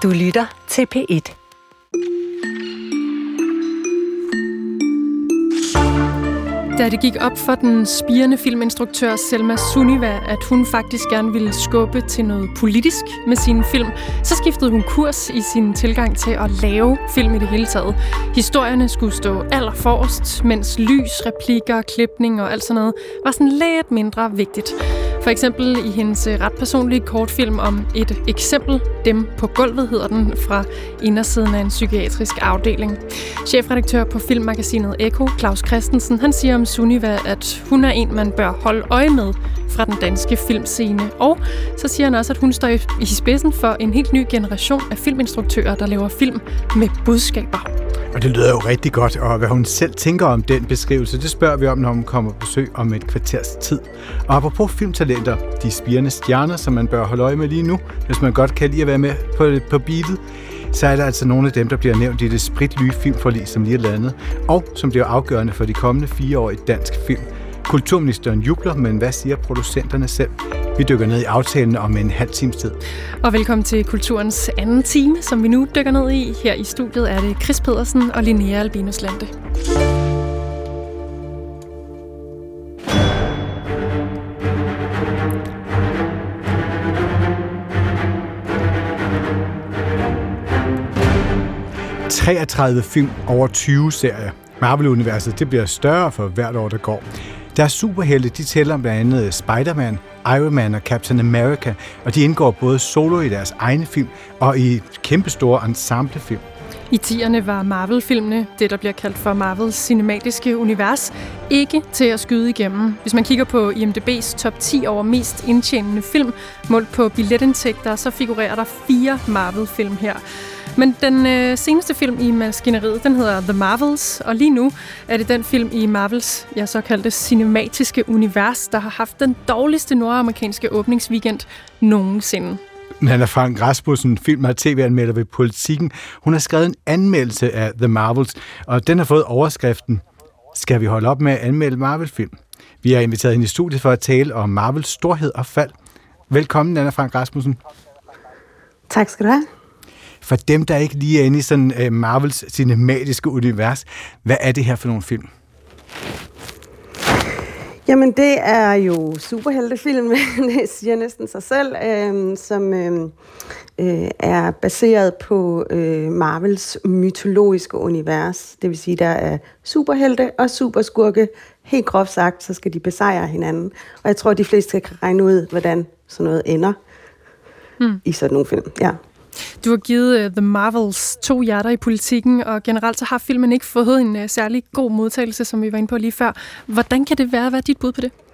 Du lytter til P1. Da det gik op for den spirende filminstruktør Selma Suniva, at hun faktisk gerne ville skubbe til noget politisk med sine film, så skiftede hun kurs i sin tilgang til at lave film i det hele taget. Historierne skulle stå allerforrest, mens lys, replikker, klipning og alt sådan noget var sådan lidt mindre vigtigt. For eksempel i hendes ret personlige kortfilm om et eksempel, Dem på gulvet hedder den, fra indersiden af en psykiatrisk afdeling. Chefredaktør på filmmagasinet Ekko, Claus Christensen, han siger om Suniva, at hun er en, man bør holde øje med fra den danske filmscene. Og så siger han også, at hun står i spidsen for en helt ny generation af filminstruktører, der laver film med budskaber. Og det lyder jo rigtig godt, og hvad hun selv tænker om den beskrivelse, det spørger vi om, når hun kommer på besøg om et kvarters tid. Og apropos filmtalenter, de spirende stjerner, som man bør holde øje med lige nu, hvis man godt kan lide at være med på beatet, så er der altså nogle af dem, der bliver nævnt i det spritlige filmforlig, som lige er landet, og som bliver afgørende for de kommende 4 år i dansk film. Kulturministeren jubler, men hvad siger producenterne selv? Vi dykker ned i aftalen om en halv times tid. Og velkommen til Kulturens anden time, som vi nu dykker ned i. Her i studiet er det Chris Pedersen og Linnea Albinus Lande. – 33 film over 20 serier. Marvel-universet det bliver større for hvert år, der går. Deres superhelte, de tæller blandt andet Spider-Man, Iron Man og Captain America, og de indgår både solo i deres egne film og i kæmpestore ensemblefilm. I 10'erne var Marvel-filmene, det der bliver kaldt for Marvels cinematiske univers, ikke til at skyde igennem. Hvis man kigger på IMDb's top 10 over mest indtjenende film, målt på billetindtægter, så figurerer der 4 Marvel-film her. Men den seneste film i maskineriet, den hedder The Marvels, og lige nu er det den film i Marvels såkaldte cinematiske univers, der har haft den dårligste nordamerikanske åbningsweekend nogensinde. Nanna Frank Rasmussen, film- og tv-anmelder ved Politikken. Hun har skrevet en anmeldelse af The Marvels, og den har fået overskriften: Skal vi holde op med at anmelde Marvel-film? Vi har inviteret hende i studiet for at tale om Marvels storhed og fald. Velkommen, Nanna Frank Rasmussen. Tak skal du have. For dem, der ikke lige er inde i sådan Marvels cinematiske univers, hvad er det her for nogle film? Jamen, det er jo superheltefilm, det siger næsten sig selv, som er baseret på Marvels mytologiske univers. Det vil sige, der er superhelte og superskurke. Helt groft sagt, så skal de besejre hinanden. Og jeg tror, de fleste kan regne ud, hvordan sådan noget ender i sådan nogle film. Ja. Du har givet The Marvels 2 hjerter i Politikken, og generelt så har filmen ikke fået en særlig god modtagelse, som vi var inde på lige før. Hvordan kan det være? Hvad er dit bud på det?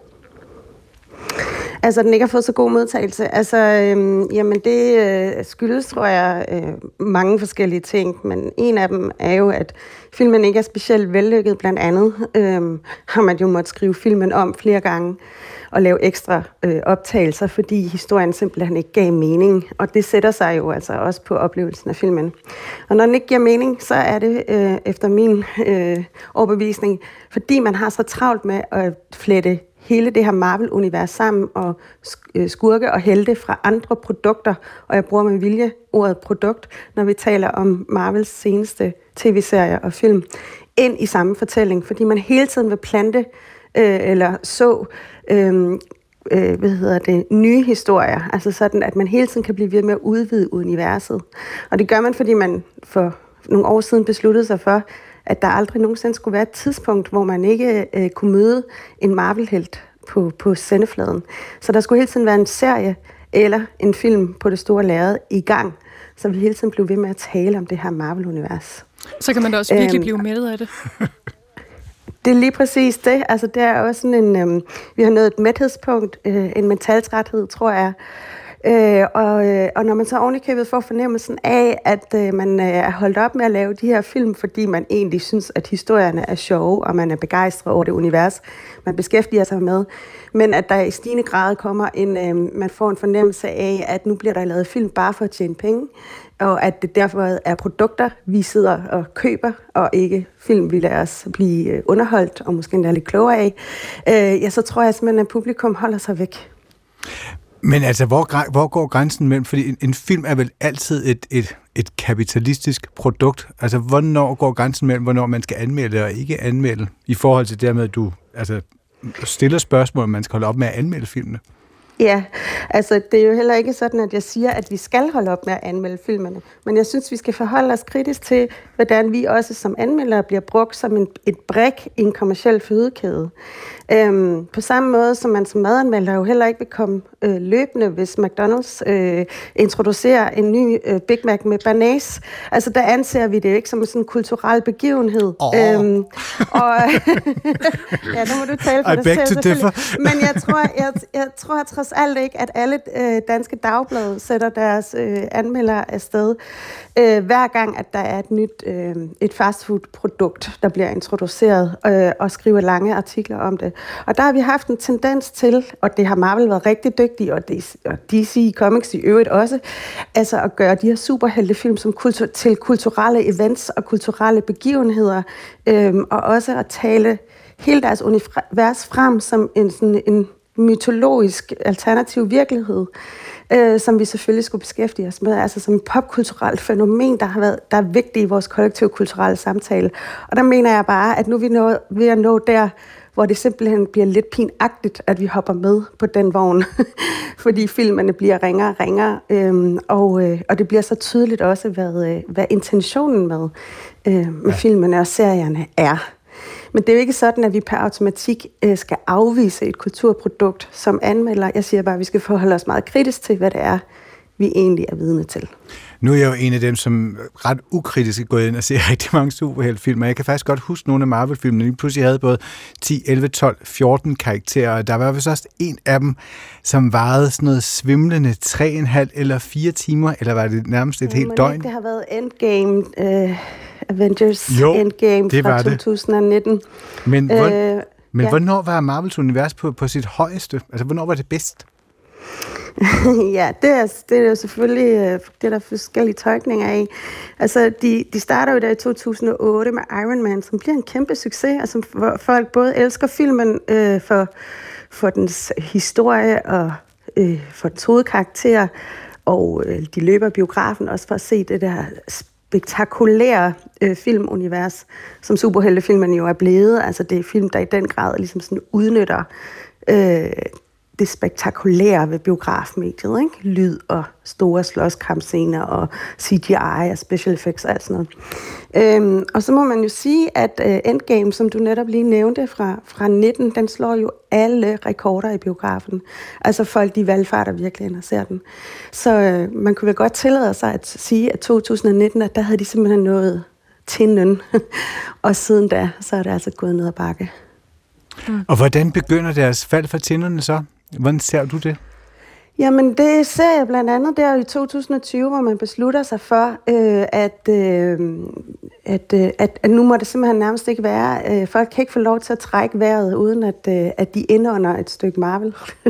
Altså, den ikke har fået så god modtagelse. Altså, jamen det skyldes, tror jeg, mange forskellige ting, men en af dem er jo, at filmen ikke er specielt vellykket. Blandt andet har man jo måttet skrive filmen om flere gange og lave ekstra optagelser, fordi historien simpelthen ikke gav mening. Og det sætter sig jo altså også på oplevelsen af filmen. Og når den ikke giver mening, så er det efter min overbevisning, fordi man har så travlt med at flette hele det her Marvel-univers sammen og skurke og helte fra andre produkter, og jeg bruger med vilje ordet produkt, når vi taler om Marvels seneste tv-serier og film, ind i samme fortælling, fordi man hele tiden vil plante eller så nye historier, altså sådan, at man hele tiden kan blive ved med at udvide universet. Og det gør man, fordi man for nogle år siden besluttede sig for, at der aldrig nogensinde skulle være et tidspunkt, hvor man ikke kunne møde en Marvel-helt på sendefladen. Så der skulle hele tiden være en serie eller en film på det store lærred i gang, så vi hele tiden blev ved med at tale om det her Marvel-univers. Så kan man da også virkelig blive mættet af det. Det er lige præcis det. Altså, det er også sådan en... vi har nået et mæthedspunkt, en mentaltræthed, tror jeg. Og når man så ovenikøbet får fornemmelsen af, at man er holdt op med at lave de her film, fordi man egentlig synes, at historierne er sjove, og man er begejstret over det univers, man beskæftiger sig med, men at der i stigende grad kommer man får en fornemmelse af, at nu bliver der lavet film bare for at tjene penge, og at det derfor er produkter, vi sidder og køber, og ikke film, vi lader os blive underholdt, og måske endda lidt klogere af, så tror jeg simpelthen, at publikum holder sig væk. Men altså, hvor går grænsen mellem? Fordi en film er vel altid et kapitalistisk produkt. Altså, hvornår går grænsen mellem, hvornår man skal anmelde og ikke anmelde, i forhold til dermed, at du stiller spørgsmål, om man skal holde op med at anmelde filmene? Ja, altså det er jo heller ikke sådan, at jeg siger, at vi skal holde op med at anmelde filmene. Men jeg synes, vi skal forholde os kritisk til, hvordan vi også som anmeldere bliver brugt som et brik i en kommerciel fødekæde. På samme måde som man som madanmelder jo heller ikke vil komme løbende, hvis McDonald's introducerer en ny Big Mac med banæs. Altså der anser vi det jo ikke som sådan en kulturel begivenhed. Og ja, nu må du tale for dig selv selvfølgelig. Men jeg tror trods alt ikke, at alle danske dagblade sætter deres anmeldere afsted, hver gang, at der er et nyt et fastfood-produkt, der bliver introduceret, og skriver lange artikler om det. Og der har vi haft en tendens til, og det har Marvel været rigtig dygtig, og DC Comics i øvrigt også, altså at gøre de her superheltefilm til kulturelle events og kulturelle begivenheder, og også at tale hele deres univers frem som en mytologisk alternativ virkelighed, som vi selvfølgelig skulle beskæftige os med, altså som et popkulturelt fænomen, der er vigtigt i vores kollektive kulturelle samtale. Og der mener jeg bare, at nu er vi ved at nå der, hvor det simpelthen bliver lidt pinagtigt, at vi hopper med på den vogn, fordi filmene bliver ringere og ringere, og det bliver så tydeligt også, hvad intentionen med filmene og serierne er. Men det er jo ikke sådan, at vi per automatik skal afvise et kulturprodukt som anmelder. Jeg siger bare, at vi skal forholde os meget kritisk til, hvad det er, vi egentlig er vidne til. Nu er jeg jo en af dem, som ret ukritisk er gået ind og ser rigtig mange superheltefilmer. Jeg kan faktisk godt huske nogle af Marvel-filmene. Lige pludselig havde både 10, 11, 12, 14 karakterer, og der var vist også en af dem, som varede sådan noget svimlende 3,5 eller 4 timer, eller var det nærmest et helt døgn? Det har været Endgame, Avengers Endgame fra 2019. Men hvornår var Marvels univers på sit højeste? Altså, hvornår var det bedst? Ja, det er jo selvfølgelig, det er der forskellige tolkninger af. Altså, de starter jo der i 2008 med Iron Man, som bliver en kæmpe succes, og som folk både elsker filmen for dens historie og for dens hovedkarakter, og de løber biografen også for at se det der spektakulære filmunivers, som superheltefilmen jo er blevet. Altså, det er film, der i den grad ligesom sådan udnytter det spektakulære ved biografmediet, ikke? Lyd og store slåskampscener og CGI og special effects og alt sådan noget. Og så må man jo sige, at Endgame, som du netop lige nævnte fra 19, den slår jo alle rekorder i biografen. Altså folk, de valgfarter virkelig ind og ser den. Så man kunne vel godt tillade sig at sige, at 2019, at der havde de simpelthen nået tinden. Og siden da, så er det altså gået ned ad bakke. Og hvordan begynder deres fald fra tinderne så? Hvordan ser du det? Jamen, det ser jeg blandt andet der i 2020, hvor man beslutter sig for, at nu må det simpelthen nærmest ikke være. Folk kan ikke få lov til at trække vejret, uden at de indånder et stykke Marvel.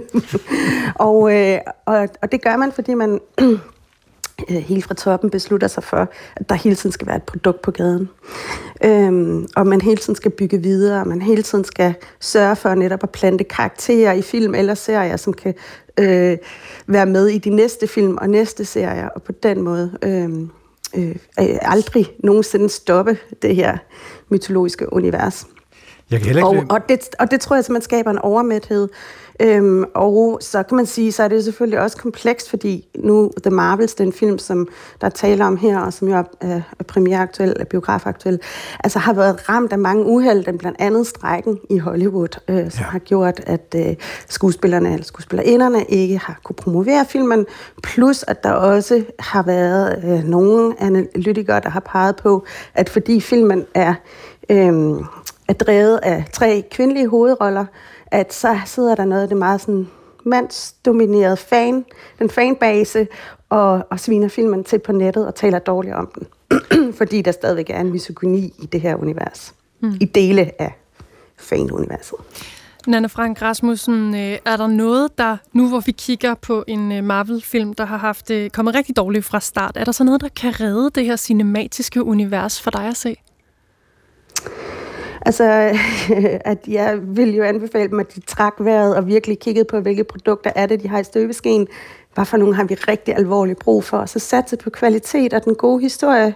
og det gør man, fordi man helt fra toppen beslutter sig for, at der hele tiden skal være et produkt på gaden. Og man hele tiden skal bygge videre, og man hele tiden skal sørge for netop at plante karakterer i film eller serier, som kan være med i de næste film og næste serier, og på den måde aldrig nogensinde stoppe det her mytologiske univers. Jeg kan heller ikke... og det tror jeg, at man skaber en overmæthed. Og så kan man sige, så er det selvfølgelig også komplekst, fordi nu The Marvels, den film, som der taler om her, og som jo er premiereaktuel, er biografaktuel, altså har været ramt af mange uheld, den blandt andet strejken i Hollywood, som har gjort, at skuespillerne eller skuespillerinderne ikke har kunne promovere filmen, plus at der også har været nogle analytikere, der har peget på, at fordi filmen er drevet af 3 kvindelige hovedroller, at så sidder der noget af det meget sådan mandsdominerede den fanbase, og sviner filmen til på nettet og taler dårligt om den. Fordi der stadigvæk er en misogyni i det her univers. I dele af fanuniverset. Nanna Frank Rasmussen, er der noget, der nu hvor vi kigger på en Marvel-film, der har kommet rigtig dårligt fra start, er der så noget, der kan redde det her cinematiske univers for dig at se? Altså, at jeg vil jo anbefale dem, at de trak vejret og virkelig kiggede på, hvilke produkter er det, de har i støbeskeen. Hvad for nogle har vi rigtig alvorligt brug for? Og så satse på kvalitet og den gode historie,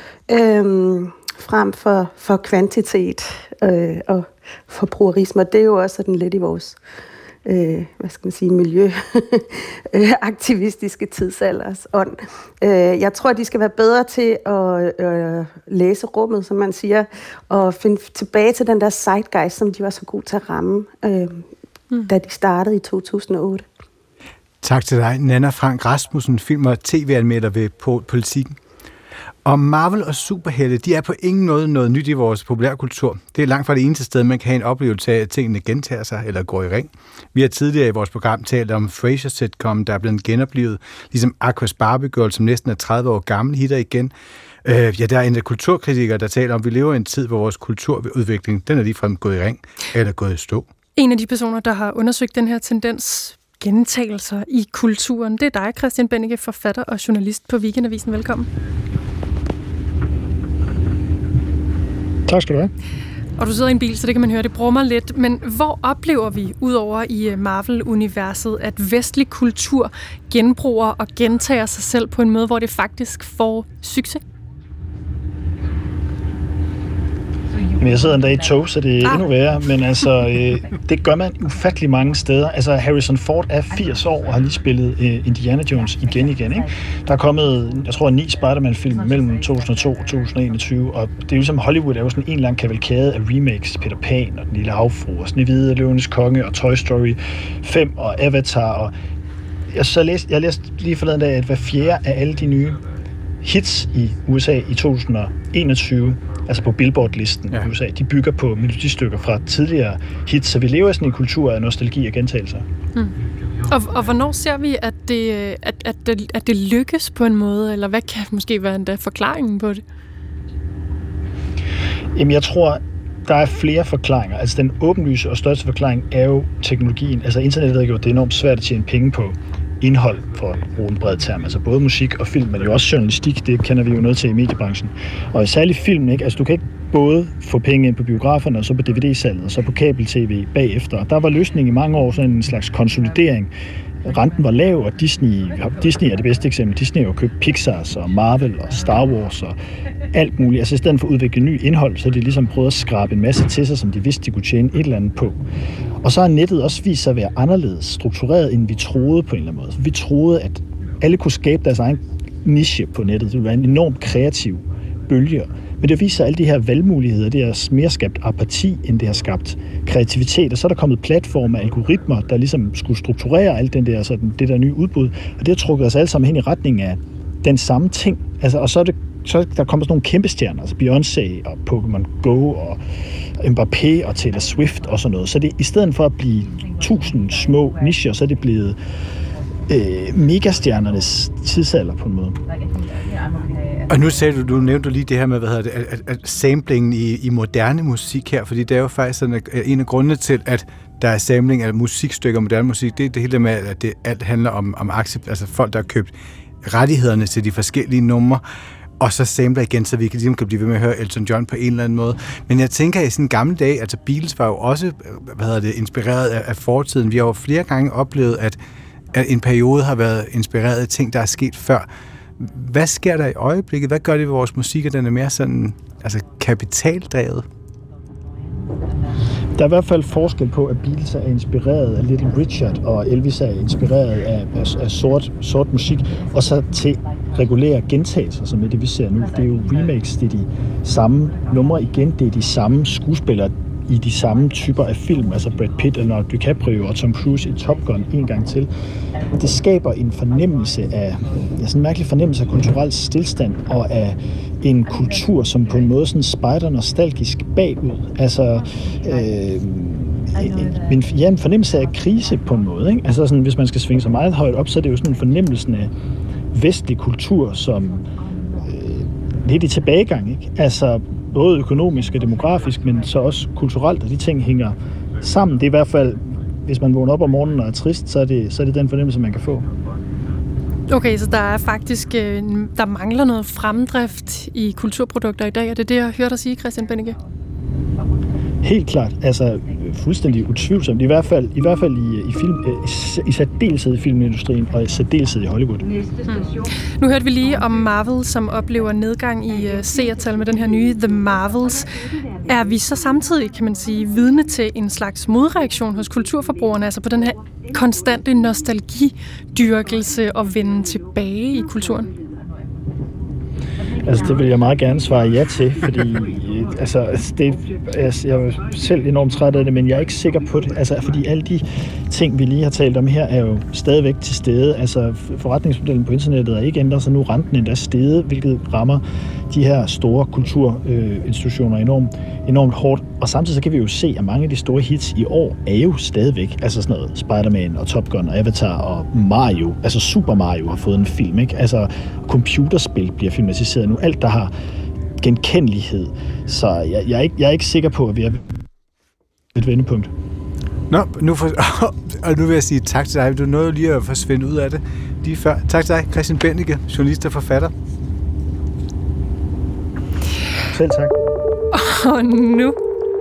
frem for kvantitet og forbrugerisme. Det er jo også sådan lidt i vores miljøaktivistiske tidsalders ånd. Jeg tror, de skal være bedre til at læse rummet, som man siger, og finde tilbage til den der zeitgeist, som de var så gode til at ramme, da de startede i 2008. Tak til dig, Nanna Frank Rasmussen, film- og tv-anmelder ved Politiken. Og Marvel og superhelte, de er på ingen måde noget nyt i vores populærkultur. Det er langt fra det eneste sted, man kan have en oplevelse af, at tingene gentager sig eller går i ring. Vi har tidligere i vores program talt om Frasier-sitcom, der er blevet genoplevet, ligesom Aquas Barbie Girl, som næsten er 30 år gammel, hitter igen. Der er endda kulturkritikere, der taler om, at vi lever i en tid, hvor vores kulturudvikling, den er ligefrem gået i ring eller gået i stå. En af de personer, der har undersøgt den her tendens, gentagelser i kulturen, det er dig, Christian Bennike, forfatter og journalist på Weekendavisen. Velkommen. Tak skal du have. Og du sidder i en bil, så det kan man høre, det brummer lidt. Men hvor oplever vi, udover i Marvel-universet, at vestlig kultur genbruger og gentager sig selv på en måde, hvor det faktisk får succes? Men jeg sidder endda i et tog, så det er endnu værre, men altså, det gør man ufattelig mange steder. Altså, Harrison Ford er 80 år og har lige spillet Indiana Jones igen, ikke? Der er kommet, jeg tror, 9 Spider-Man-film mellem 2002 og 2021, og det er jo ligesom Hollywood er jo sådan en lang kavalkade af remakes, Peter Pan og Den Lille Havfrue, og Snehvide, Løvenes Konge og Toy Story 5 og Avatar, og jeg læste lige forleden dag, at hver fjerde af alle de nye hits i USA i 2021, altså på Billboard-listen i USA, de bygger på melodistykker fra tidligere hits, så vi lever i sådan en kultur af nostalgi og gentagelser. Og hvornår ser vi, at det lykkes på en måde, eller hvad kan måske være endda forklaringen på det? Jamen, jeg tror, der er flere forklaringer. Altså, den åbenlyse og største forklaring er jo teknologien. Altså, internettet har gjort det enormt svært at tjene penge på indhold, for at bruge en bred term. Altså både musik og film, men jo også journalistik, det kender vi jo noget til i mediebranchen. Og særligt film, ikke? Altså du kan ikke både få penge ind på biograferne, og så på DVD-salget, og så på kabel-tv bagefter. Og der var løsningen i mange år sådan en slags konsolidering. Renten var lav, og Disney er det bedste eksempel. Disney har jo købt Pixar og Marvel og Star Wars og alt muligt. Altså i stedet for at udvikle ny indhold, så de ligesom prøvet at skrabe en masse til sig, som de vidste, de kunne tjene et eller andet på. Og så har nettet også vist sig at være anderledes struktureret, end vi troede på en eller anden måde. Vi troede, at alle kunne skabe deres egen niche på nettet. Det ville være en enormt kreativ bølge. Men det viser alle de her valgmuligheder, det har mere skabt apati, end det har skabt kreativitet. Og så er der kommet platforme og algoritmer, der ligesom skulle strukturere alt det der nye udbud. Og det har trukket os alle sammen hen i retning af den samme ting. Altså, og så er der kommer sådan nogle kæmpe stjerner, altså Beyoncé og Pokémon Go og Mbappé og Taylor Swift og sådan noget. Så det i stedet for at blive 1000 små nicher, så er det blevet megastjernernes tidsalder på en måde. Og nu sagde du nævnte lige det her med, at samplingen i moderne musik her, fordi det er jo faktisk sådan, en af grundene til, at der er samling af musikstykker, moderne musik, det er det hele med, at det alt handler om accept, altså folk, der har købt rettighederne til de forskellige numre, og så samler igen, så vi kan blive ved med at høre Elton John på en eller anden måde. Men jeg tænker, i sådan gamle dage, altså Beatles var jo også, inspireret af fortiden. Vi har jo flere gange oplevet, at en periode har været inspireret af ting, der er sket før. Hvad sker der i øjeblikket? Hvad gør det ved vores musik, at den er mere sådan, altså kapitaldrevet? Der er i hvert fald forskel på, at Beatles er inspireret af Little Richard, og Elvis er inspireret af sort musik, og så til regulære gentagelser, som er det, vi ser nu. Det er jo remakes, det er de samme numre igen, det er de samme skuespillere i de samme typer af film, altså Brad Pitt, Leonardo DiCaprio og Tom Cruise i Top Gun en gang til. Det skaber en fornemmelse af, sådan en mærkelig fornemmelse af kulturel stilstand og af en kultur, som på en måde sådan spejder nostalgisk bagud. Altså en fornemmelse af krise på en måde, ikke? Altså sådan, hvis man skal svinge så meget højt op, så er det jo sådan en fornemmelse af vestlig kultur, som lidt i tilbagegang, ikke? Altså både økonomisk og demografisk, men så også kulturelt, og de ting hænger sammen. Det er i hvert fald, hvis man vågner op om morgenen og er trist, så er det den fornemmelse, man kan få. Okay, så der er faktisk, der mangler noget fremdrift i kulturprodukter i dag. Er det det, jeg hørte dig sige, Christian Bennike? Helt klart, altså fuldstændig utvivlsomt. I hvert fald i film, i særdeleshed i filmindustrien og i særdeleshed i Hollywood. Nu hørte vi lige om Marvel, som oplever nedgang i seertal med den her nye The Marvels. Er vi så samtidig, kan man sige, vidne til en slags modreaktion hos kulturforbrugerne, altså på den her konstante nostalgidyrkelse og vende tilbage i kulturen? Altså, det vil jeg meget gerne svare ja til, fordi jeg er selv enormt træt af det, men jeg er ikke sikker på det. Altså, fordi alle de ting, vi lige har talt om her, er jo stadigvæk til stede. Altså, forretningsmodellen på internettet er ikke ændret sig nu. Renten endda steget, hvilket rammer de her store kulturinstitutioner enormt hårdt. Og samtidig så kan vi jo se, at mange af de store hits i år er jo stadigvæk, altså sådan noget Spider-Man og Top Gun og Avatar og Mario, altså Super Mario har fået en film, ikke? Altså, computerspil bliver filmatiseret nu. Alt, der har genkendelighed. Så jeg er ikke sikker på, at vi er et vendepunkt. Nu vil jeg sige tak til dig. Du nåede lige at forsvinde ud af det lige før. Tak til dig, Christian Bennike, journalist og forfatter. Selv tak. Og nu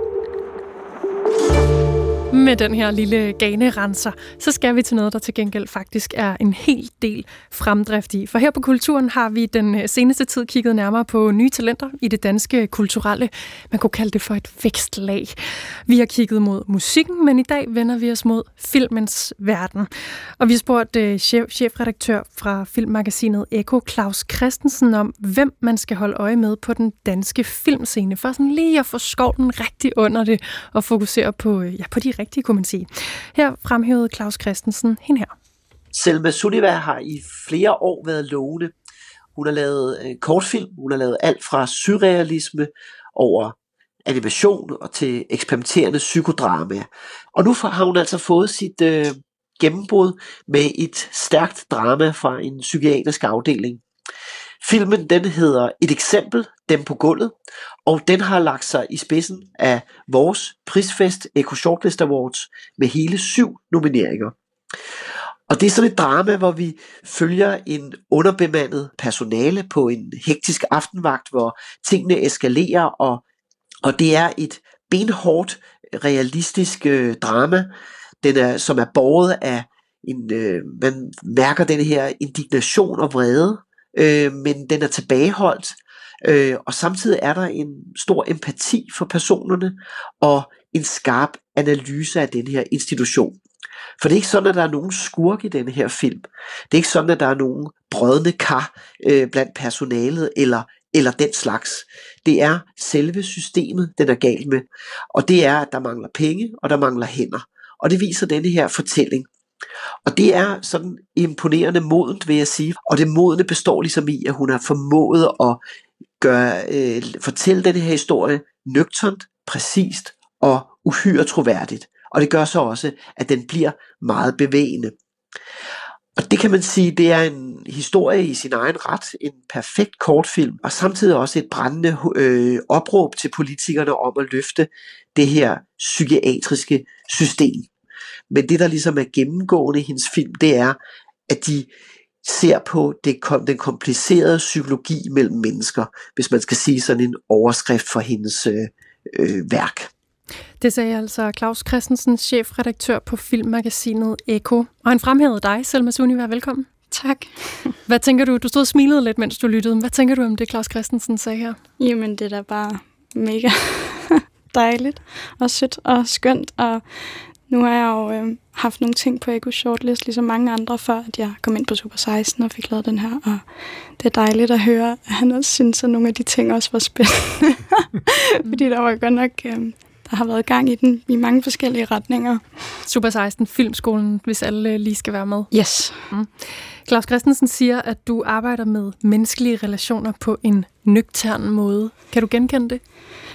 med den her lille ganerenser, så skal vi til noget, der til gengæld faktisk er en hel del fremdrift i. For her på Kulturen har vi den seneste tid kigget nærmere på nye talenter i det danske kulturelle. Man kunne kalde det for et vækstlag. Vi har kigget mod musikken, men i dag vender vi os mod filmens verden. Og vi har spurgt chefredaktør fra filmmagasinet Ekko, Claus Christensen, om hvem man skal holde øje med på den danske filmscene, for sådan lige at få skovlen rigtig under det og fokusere på de rigtige, kunne man sige. Her fremhævede Claus Christensen hende her. Selma Sunniva har i flere år været lovende. Hun har lavet kortfilm, hun har lavet alt fra surrealisme over animation og til eksperimenterende psykodrama. Og nu har hun altså fået sit gennembrud med et stærkt drama fra en psykiatrisk afdeling. Filmen, den hedder Et eksempel, Dem på gulvet, og den har lagt sig i spidsen af vores prisfest Ekko Shortlist Awards med hele 7 nomineringer. Og det er sådan et drama, hvor vi følger en underbemandet personale på en hektisk aftenvagt, hvor tingene eskalerer, og det er et benhårdt, realistisk drama, som er båret af man mærker den her indignation og vrede, men den er tilbageholdt, og samtidig er der en stor empati for personerne og en skarp analyse af den her institution. For det er ikke sådan, at der er nogen skurk i denne her film. Det er ikke sådan, at der er nogen brodne kar blandt personalet eller den slags. Det er selve systemet, den er galt med. Og det er, at der mangler penge, og der mangler hænder. Og det viser denne her fortælling. Og det er sådan imponerende modent, vil jeg sige. Og det modne består ligesom i, at hun har formået at fortælle denne her historie nøgternt, præcist og uhyre troværdigt. Og det gør så også, at den bliver meget bevægende. Og det kan man sige, det er en historie i sin egen ret, en perfekt kortfilm, og samtidig også et brændende opråb til politikerne om at løfte det her psykiatriske system. Men det, der ligesom er gennemgående i hendes film, det er, at de ser på den komplicerede psykologi mellem mennesker, hvis man skal sige sådan en overskrift for hendes værk. Det sagde altså Claus Christensen, chefredaktør på filmmagasinet Ekko. Og han fremhævede dig, Selma Sunniva. Velkommen. Tak. Hvad tænker du? Du stod og smilede lidt, mens du lyttede. Hvad tænker du om det, Claus Christensen sagde her? Jamen, det er da bare mega dejligt og sødt og skønt. Og nu har jeg jo haft nogle ting på Ekko Shortlist, ligesom mange andre, før at jeg kom ind på Super 16 og fik lavet den her. Og det er dejligt at høre, at han også synes, at nogle af de ting også var spændende. Fordi der var godt nok... Der har været gang i den i mange forskellige retninger. Super 16 Filmskolen, hvis alle lige skal være med. Yes. Claus Christensen siger, at du arbejder med menneskelige relationer på en nøgtern måde. Kan du genkende det?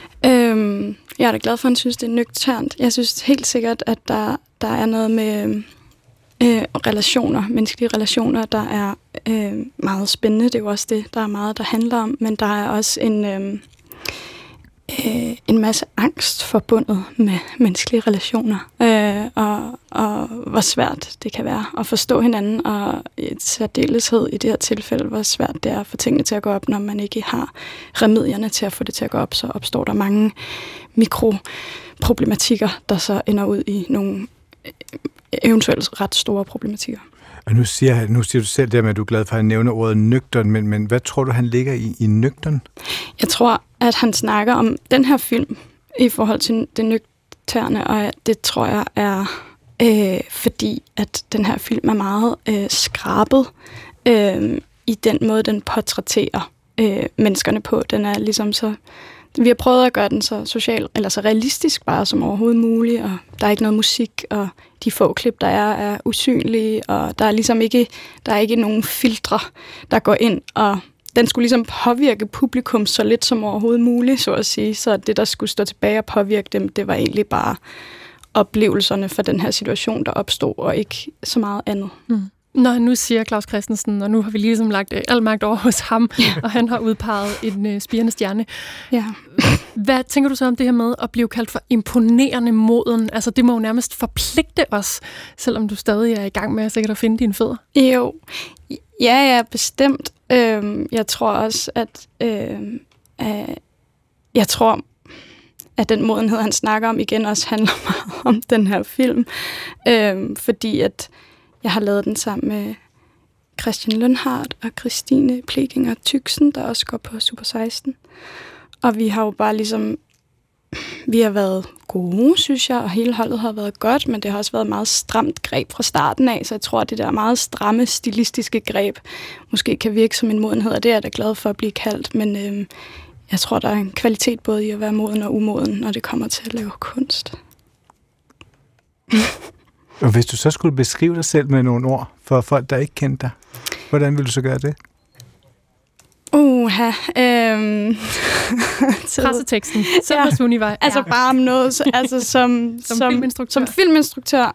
Jeg er da glad for, at han synes, det er nøgternt. Jeg synes helt sikkert, at der er noget med relationer, menneskelige relationer, der er meget spændende. Det er jo også det, der er meget, der handler om. Men der er også en masse angst forbundet med menneskelige relationer, og hvor svært det kan være at forstå hinanden, og et særdeleshed i det her tilfælde, hvor svært det er at få tingene til at gå op, når man ikke har remedierne til at få det til at gå op, så opstår der mange mikroproblematikker, der så ender ud i nogle eventuelt ret store problematikker. Og nu siger du selv der med, at du er glad for at nævne ordet nøgtern, men hvad tror du, han ligger i nøgtern? Jeg tror, at han snakker om den her film i forhold til det nøgterne, og det tror jeg er fordi, at den her film er meget skrabet i den måde, den portrætterer menneskerne på. Den er ligesom så... Vi har prøvet at gøre den så social, eller så realistisk bare som overhovedet muligt, og der er ikke noget musik, og de få klip, der er usynlige, og der er ligesom ikke, nogen filtre, der går ind, og den skulle ligesom påvirke publikum så lidt som overhovedet muligt, så at sige. Så det, der skulle stå tilbage og påvirke dem, det var egentlig bare oplevelserne for den her situation, der opstod, og ikke så meget andet. Mm. Når han nu siger Claus Christensen, og nu har vi ligesom lagt al magt over hos ham, og han har udpeget en spirende stjerne. Ja. Hvad tænker du så om det her med at blive kaldt for imponerende moden? Altså, det må jo nærmest forpligte os, selvom du stadig er i gang med sikkert at finde dine fødder. Jo, ja, bestemt. Jeg tror også, at at den modenhed, han snakker om, igen også handler meget om den her film. Fordi at jeg har lavet den sammen med Christian Lønhardt og Christine Pleginger Tyksen, der også går på Super 16. Og vi har jo bare ligesom... Vi har været gode, synes jeg, og hele holdet har været godt, men det har også været meget stramt greb fra starten af, så jeg tror, at det der meget stramme, stilistiske greb måske kan virke som en modenhed, og det er jeg da glad for at blive kaldt, men jeg tror, der er en kvalitet både i at være moden og umoden, når det kommer til at lave kunst. Og hvis du så skulle beskrive dig selv med nogle ord for folk, der ikke kendte dig, hvordan vil du så gøre det? Presseteksten. Selma Sunniva. Altså bare om noget, altså som filminstruktør.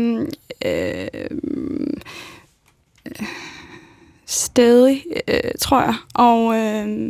Stædig, tror jeg. Og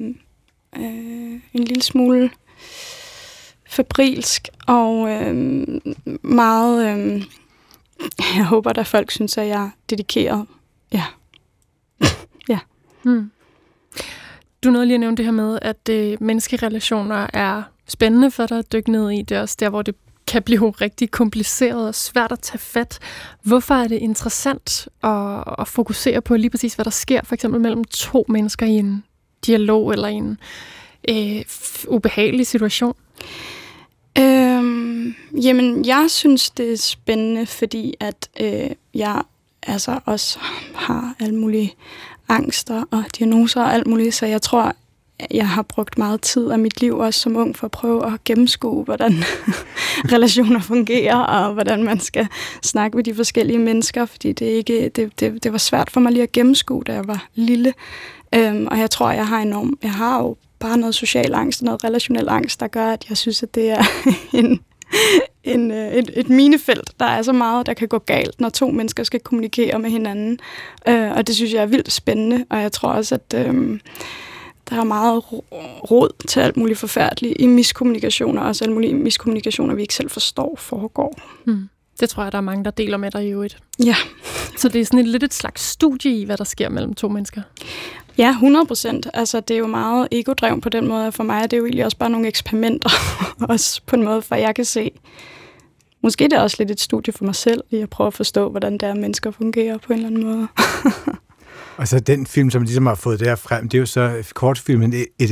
en lille smule febrilsk og meget... jeg håber, at folk synes, at jeg er dedikeret. Ja. Ja. Du nåede lige at nævne det her med, at menneskerelationer er spændende for dig at dykke ned i. Det er også der, hvor det kan blive rigtig kompliceret og svært at tage fat. Hvorfor er det interessant at fokusere på lige præcis, hvad der sker, for eksempel mellem to mennesker i en dialog eller i en ubehagelig situation? Jamen, jeg synes, det er spændende, fordi at jeg altså også har alle mulige angster og diagnoser og alt muligt, så jeg tror, jeg har brugt meget tid af mit liv også som ung for at prøve at gennemskue, hvordan relationer fungerer, og hvordan man skal snakke med de forskellige mennesker, fordi det var svært for mig lige at gennemskue, da jeg var lille. Og jeg tror, jeg har jo bare noget social angst og noget relationel angst, der gør, at jeg synes, at det er et minefelt. Der er så meget, der kan gå galt, når to mennesker skal kommunikere med hinanden. Og det synes jeg er vildt spændende, og jeg tror også, at der er meget råd til alt muligt forfærdeligt i miskommunikationer, og også alt muligt miskommunikationer, vi ikke selv forstår, foregår. Det tror jeg, der er mange, der deler med dig i øvrigt. Ja. Så det er sådan lidt et slags studie i, hvad der sker mellem to mennesker? Ja, 100%. Altså, det er jo meget egodrevet på den måde, og for mig er det jo egentlig også bare nogle eksperimenter, også på en måde, for jeg kan se. Måske det er også lidt et studie for mig selv, i at prøve at forstå, hvordan der mennesker fungerer på en eller anden måde. Og så den film, som ligesom har fået det her frem, det er jo så kortfilmen et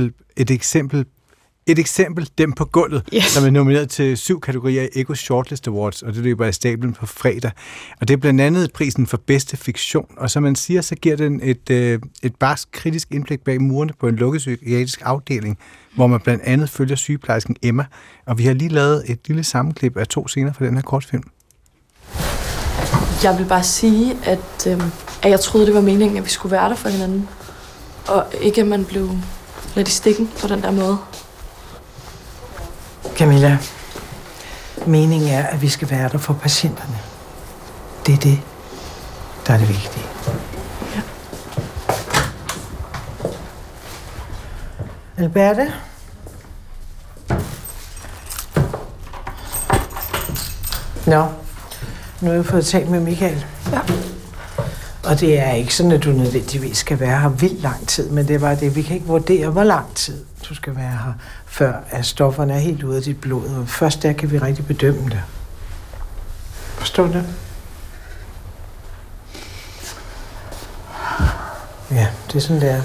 eksempel, Dem på gulvet, yes, som er nomineret til 7 kategorier i Ego Shortlist Awards, og det løber i stablen på fredag. Og det er blandt andet prisen for bedste fiktion, og som man siger, så giver den et barsk kritisk indblik bag murene på en lukket psykiatrisk afdeling, hvor man blandt andet følger sygeplejersken Emma, og vi har lige lavet et lille sammenklip af 2 scener fra den her kortfilm. Jeg vil bare sige, at jeg troede, det var meningen, at vi skulle være der for hinanden, og ikke at man blev lidt i stikken på den der måde. Camilla, meningen er, at vi skal være der for patienterne. Det er det, der er det vigtige. Ja. Alberte, Nå, nu har jeg fået talt med Michael. Ja. Og det er ikke sådan, at du nødvendigvis skal være her vildt lang tid, men det er bare det, vi kan ikke vurdere, hvor lang tid du skal være her, før at stofferne er helt ude af dit blod, og først der kan vi rigtig bedømme det. Forstår du det? Ja, det er sådan, det er.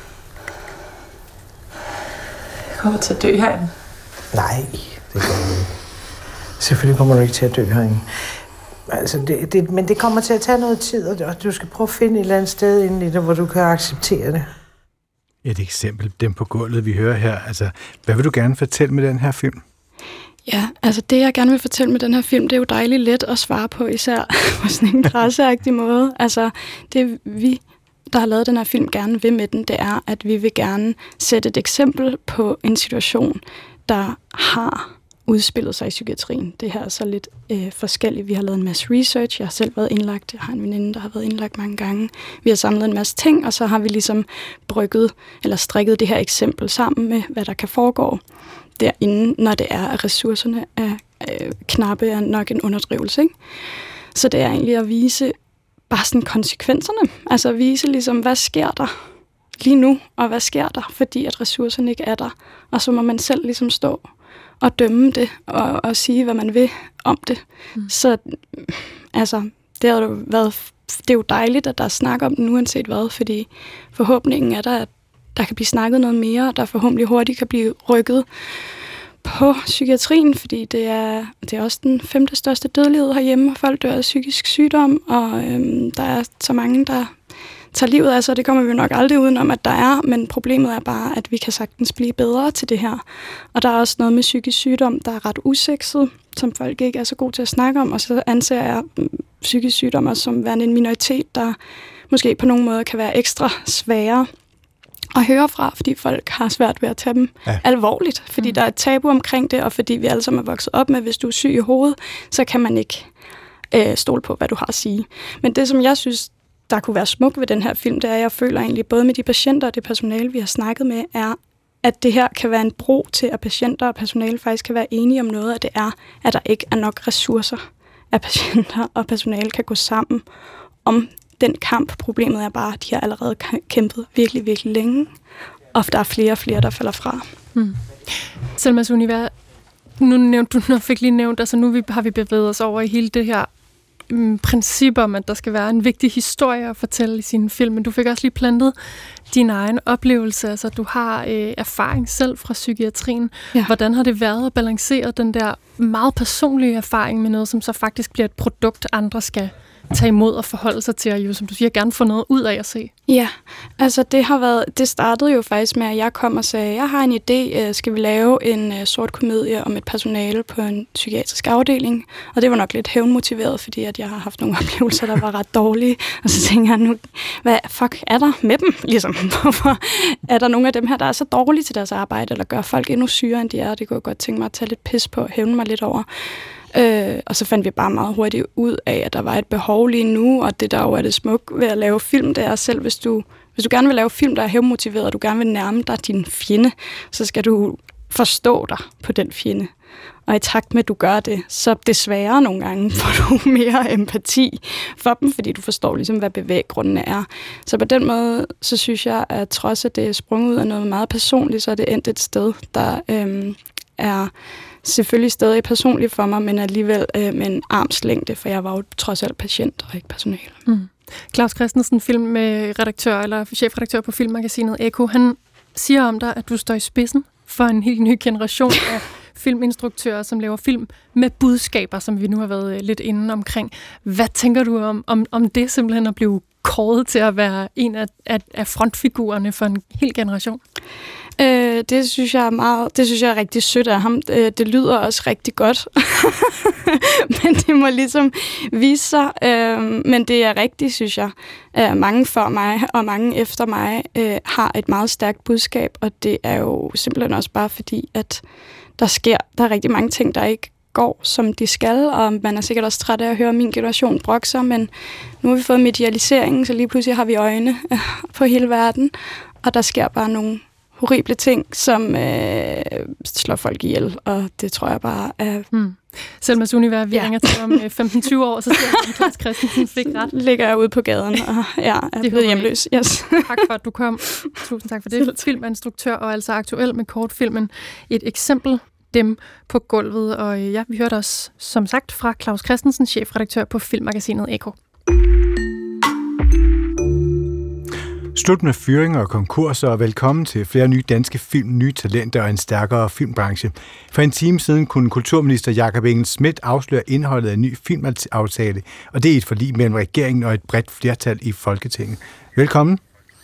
Jeg kommer til at dø herinde. Nej, det gør du ikke. Selvfølgelig kommer du ikke til at dø herinde. Altså, men det kommer til at tage noget tid, og du skal prøve at finde et eller andet sted inde i det, hvor du kan acceptere det. Et eksempel, dem på gulvet, vi hører her. Altså, hvad vil du gerne fortælle med den her film? Ja, altså det, jeg gerne vil fortælle med den her film, det er jo dejligt let at svare på, især på sådan en presseagtig måde. Altså, det vi, der har lavet den her film, gerne vil med den, det er, at vi vil gerne sætte et eksempel på en situation, der har udspillet sig i psykiatrien. Det her er så lidt forskelligt. Vi har lavet en masse research. Jeg har selv været indlagt. Jeg har en veninde, der har været indlagt mange gange. Vi har samlet en masse ting, og så har vi ligesom brygget eller strikket det her eksempel sammen med, hvad der kan foregå derinde, når det er, at ressourcerne er knappe, er nok en underdrivelse. Ikke? Så det er egentlig at vise bare sådan konsekvenserne. Altså at vise ligesom, hvad sker der lige nu, og hvad sker der, fordi at ressourcerne ikke er der. Og så må man selv ligesom stå og dømme det, og sige, hvad man vil om det. Så altså, det er jo dejligt, at der er snak om den, uanset hvad, fordi forhåbningen er der, at der kan blive snakket noget mere, og der forhåbentlig hurtigt kan blive rykket på psykiatrien, fordi det er også den 5. største dødelighed herhjemme, og folk dør af psykisk sygdom, og der er så mange, der tager livet af sig, det kommer vi jo nok aldrig udenom, at der er, men problemet er bare, at vi kan sagtens blive bedre til det her. Og der er også noget med psykisk sygdom, der er ret usekset, som folk ikke er så gode til at snakke om, og så anser jeg psykisk sygdom også som værende en minoritet, der måske på nogen måde kan være ekstra svære at høre fra, fordi folk har svært ved at tage dem alvorligt, fordi der er et tabu omkring det, og fordi vi alle sammen er vokset op med, at hvis du er syg i hovedet, så kan man ikke stole på, hvad du har at sige. Men det, som jeg synes, der kunne være smukt ved den her film, det er, at jeg føler egentlig, både med de patienter og det personale, vi har snakket med, er, at det her kan være en bro til, at patienter og personale faktisk kan være enige om noget, at det er, at der ikke er nok ressourcer, at patienter og personale kan gå sammen om den kamp. Problemet er bare, at de har allerede kæmpet virkelig, virkelig længe, og der er flere og flere, der falder fra. Selma Suniva, nu fik lige nævnt, altså nu har vi bevæget os over i hele det her princip om, at der skal være en vigtig historie at fortælle i sine film, men du fik også lige plantet din egen oplevelse, altså du har erfaring selv fra psykiatrien. Ja. Hvordan har det været at balancere den der meget personlige erfaring med noget, som så faktisk bliver et produkt, andre skal tage imod og forholde sig til, og jo, som du siger, gerne få noget ud af at se? Ja, altså det startede jo faktisk med, at jeg kom og sagde, jeg har en idé, skal vi lave en sort komedie om et personale på en psykiatrisk afdeling? Og det var nok lidt hævnmotiveret, fordi at jeg har haft nogle oplevelser, der var ret dårlige. Og så tænker jeg nu, hvad fuck er der med dem? Ligesom, hvorfor er der nogle af dem her, der er så dårlige til deres arbejde, eller gør folk endnu sygere, end de er? Det kunne jeg godt tænke mig at tage lidt pis på, hævne mig lidt over. Og så fandt vi bare meget hurtigt ud af, at der var et behov lige nu, og det der jo er det smukke ved at lave film, det er selv, hvis du gerne vil lave film, der er hævnmotiveret, og du gerne vil nærme dig din fjende, så skal du forstå dig på den fjende. Og i takt med, at du gør det, så desværre nogle gange får du mere empati for dem, fordi du forstår ligesom, hvad bevæggrundene er. Så på den måde, så synes jeg, at trods at det er sprunget ud af noget meget personligt, så er det endt et sted, der er selvfølgelig stadig personligt for mig, men alligevel med en armslængde, for jeg var jo trods alt patient og ikke personale. Claus Christensen, filmredaktør eller chefredaktør på filmmagasinet Eko, han siger om dig, at du står i spidsen for en helt ny generation af filminstruktører, som laver film med budskaber, som vi nu har været lidt inde omkring. Hvad tænker du om det simpelthen at blive kåret til at være en af frontfigurerne for en hel generation? Det synes jeg er rigtig sødt af ham. Det lyder også rigtig godt. Men det må ligesom vise sig. Men det er rigtigt, synes jeg. Mange før mig og mange efter mig har et meget stærkt budskab, og det er jo simpelthen også bare fordi, at der er rigtig mange ting, der ikke går, som de skal, og man er sikkert også træt af at høre min generation brokke sig, men nu har vi fået medialiseringen, så lige pludselig har vi øjne på hele verden, og der sker bare nogle horrible ting, som slår folk ihjel, og det tror jeg bare er... Selma Sunniva, vi ringer til om 15-20 år, så siger Claus Christensen fik ret. Ligger jeg ude på gaden, og er blevet hjemløs. Yes. Tak for, at du kom. Tusind tak for det. Filminstruktør og altså aktuel med kortfilmen Et eksempel, Dem på gulvet. Og ja, vi hørte også, som sagt, fra Claus Christensen, chefredaktør på filmmagasinet Ekko. Slut med fyringer og konkurser, og velkommen til flere nye danske film, nye talenter og en stærkere filmbranche. For en time siden kunne kulturminister Jakob Engel-Schmidt afsløre indholdet af en ny filmaftale, og det er et forlig mellem regeringen og et bredt flertal i Folketinget. Velkommen.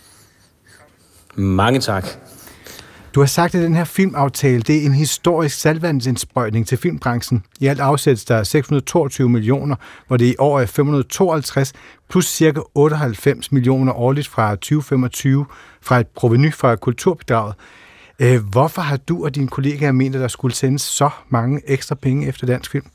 Mange tak. Du har sagt, at den her filmaftale, det er en historisk saltvandsindsprøjtning til filmbranchen. I alt afsættes der 622 millioner, hvor det i år er 552, plus ca. 98 millioner årligt fra 2025 fra et proveny fra kulturbidraget. Hvorfor har du og dine kollegaer ment, at der skulle sendes så mange ekstra penge efter dansk film?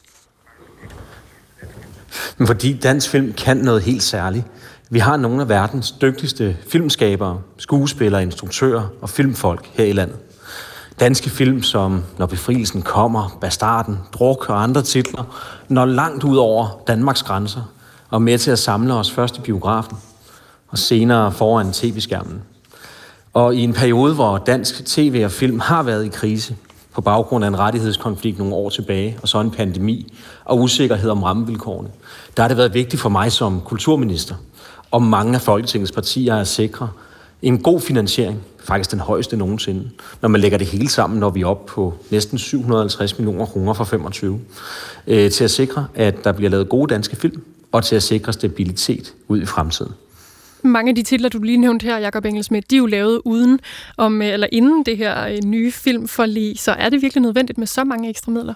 Fordi dansk film kan noget helt særligt. Vi har nogle af verdens dygtigste filmskabere, skuespillere, instruktører og filmfolk her i landet. Danske film som Når befrielsen kommer, Bastarden, Druk og andre titler når langt ud over Danmarks grænser og med til at samle os først i biografen og senere foran tv-skærmen. Og i en periode, hvor dansk tv og film har været i krise på baggrund af en rettighedskonflikt nogle år tilbage og så en pandemi og usikkerhed om rammevilkårene, der har det været vigtigt for mig som kulturminister og mange af Folketingets partier at sikre en god finansiering, faktisk den højeste nogensinde, når man lægger det hele sammen, når vi er oppe på næsten 750 millioner kroner for 25, til at sikre, at der bliver lavet gode danske film, og til at sikre stabilitet ud i fremtiden. Mange af de titler, du lige nævnte her, Jakob Engel-Schmidt, de er jo lavet inden det her nye filmforlig, så er det virkelig nødvendigt med så mange ekstra midler?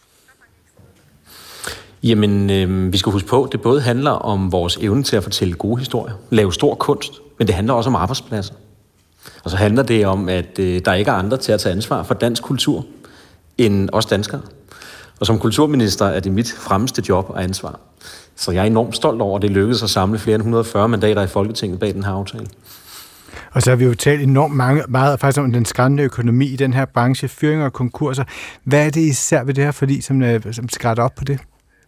Jamen, vi skal huske på, at det både handler om vores evne til at fortælle gode historier, lave stor kunst, men det handler også om arbejdspladser. Og så handler det om, at der ikke er andre til at tage ansvar for dansk kultur end os danskere. Og som kulturminister er det mit fremmeste job og ansvar. Så jeg er enormt stolt over, at det lykkedes at samle flere end 140 mandater i Folketinget bag den her aftale. Og så har vi jo talt enormt meget faktisk om den skræmmende økonomi i den her branche, fyringer og konkurser. Hvad er det især ved det her forlig, som skal rette op på det?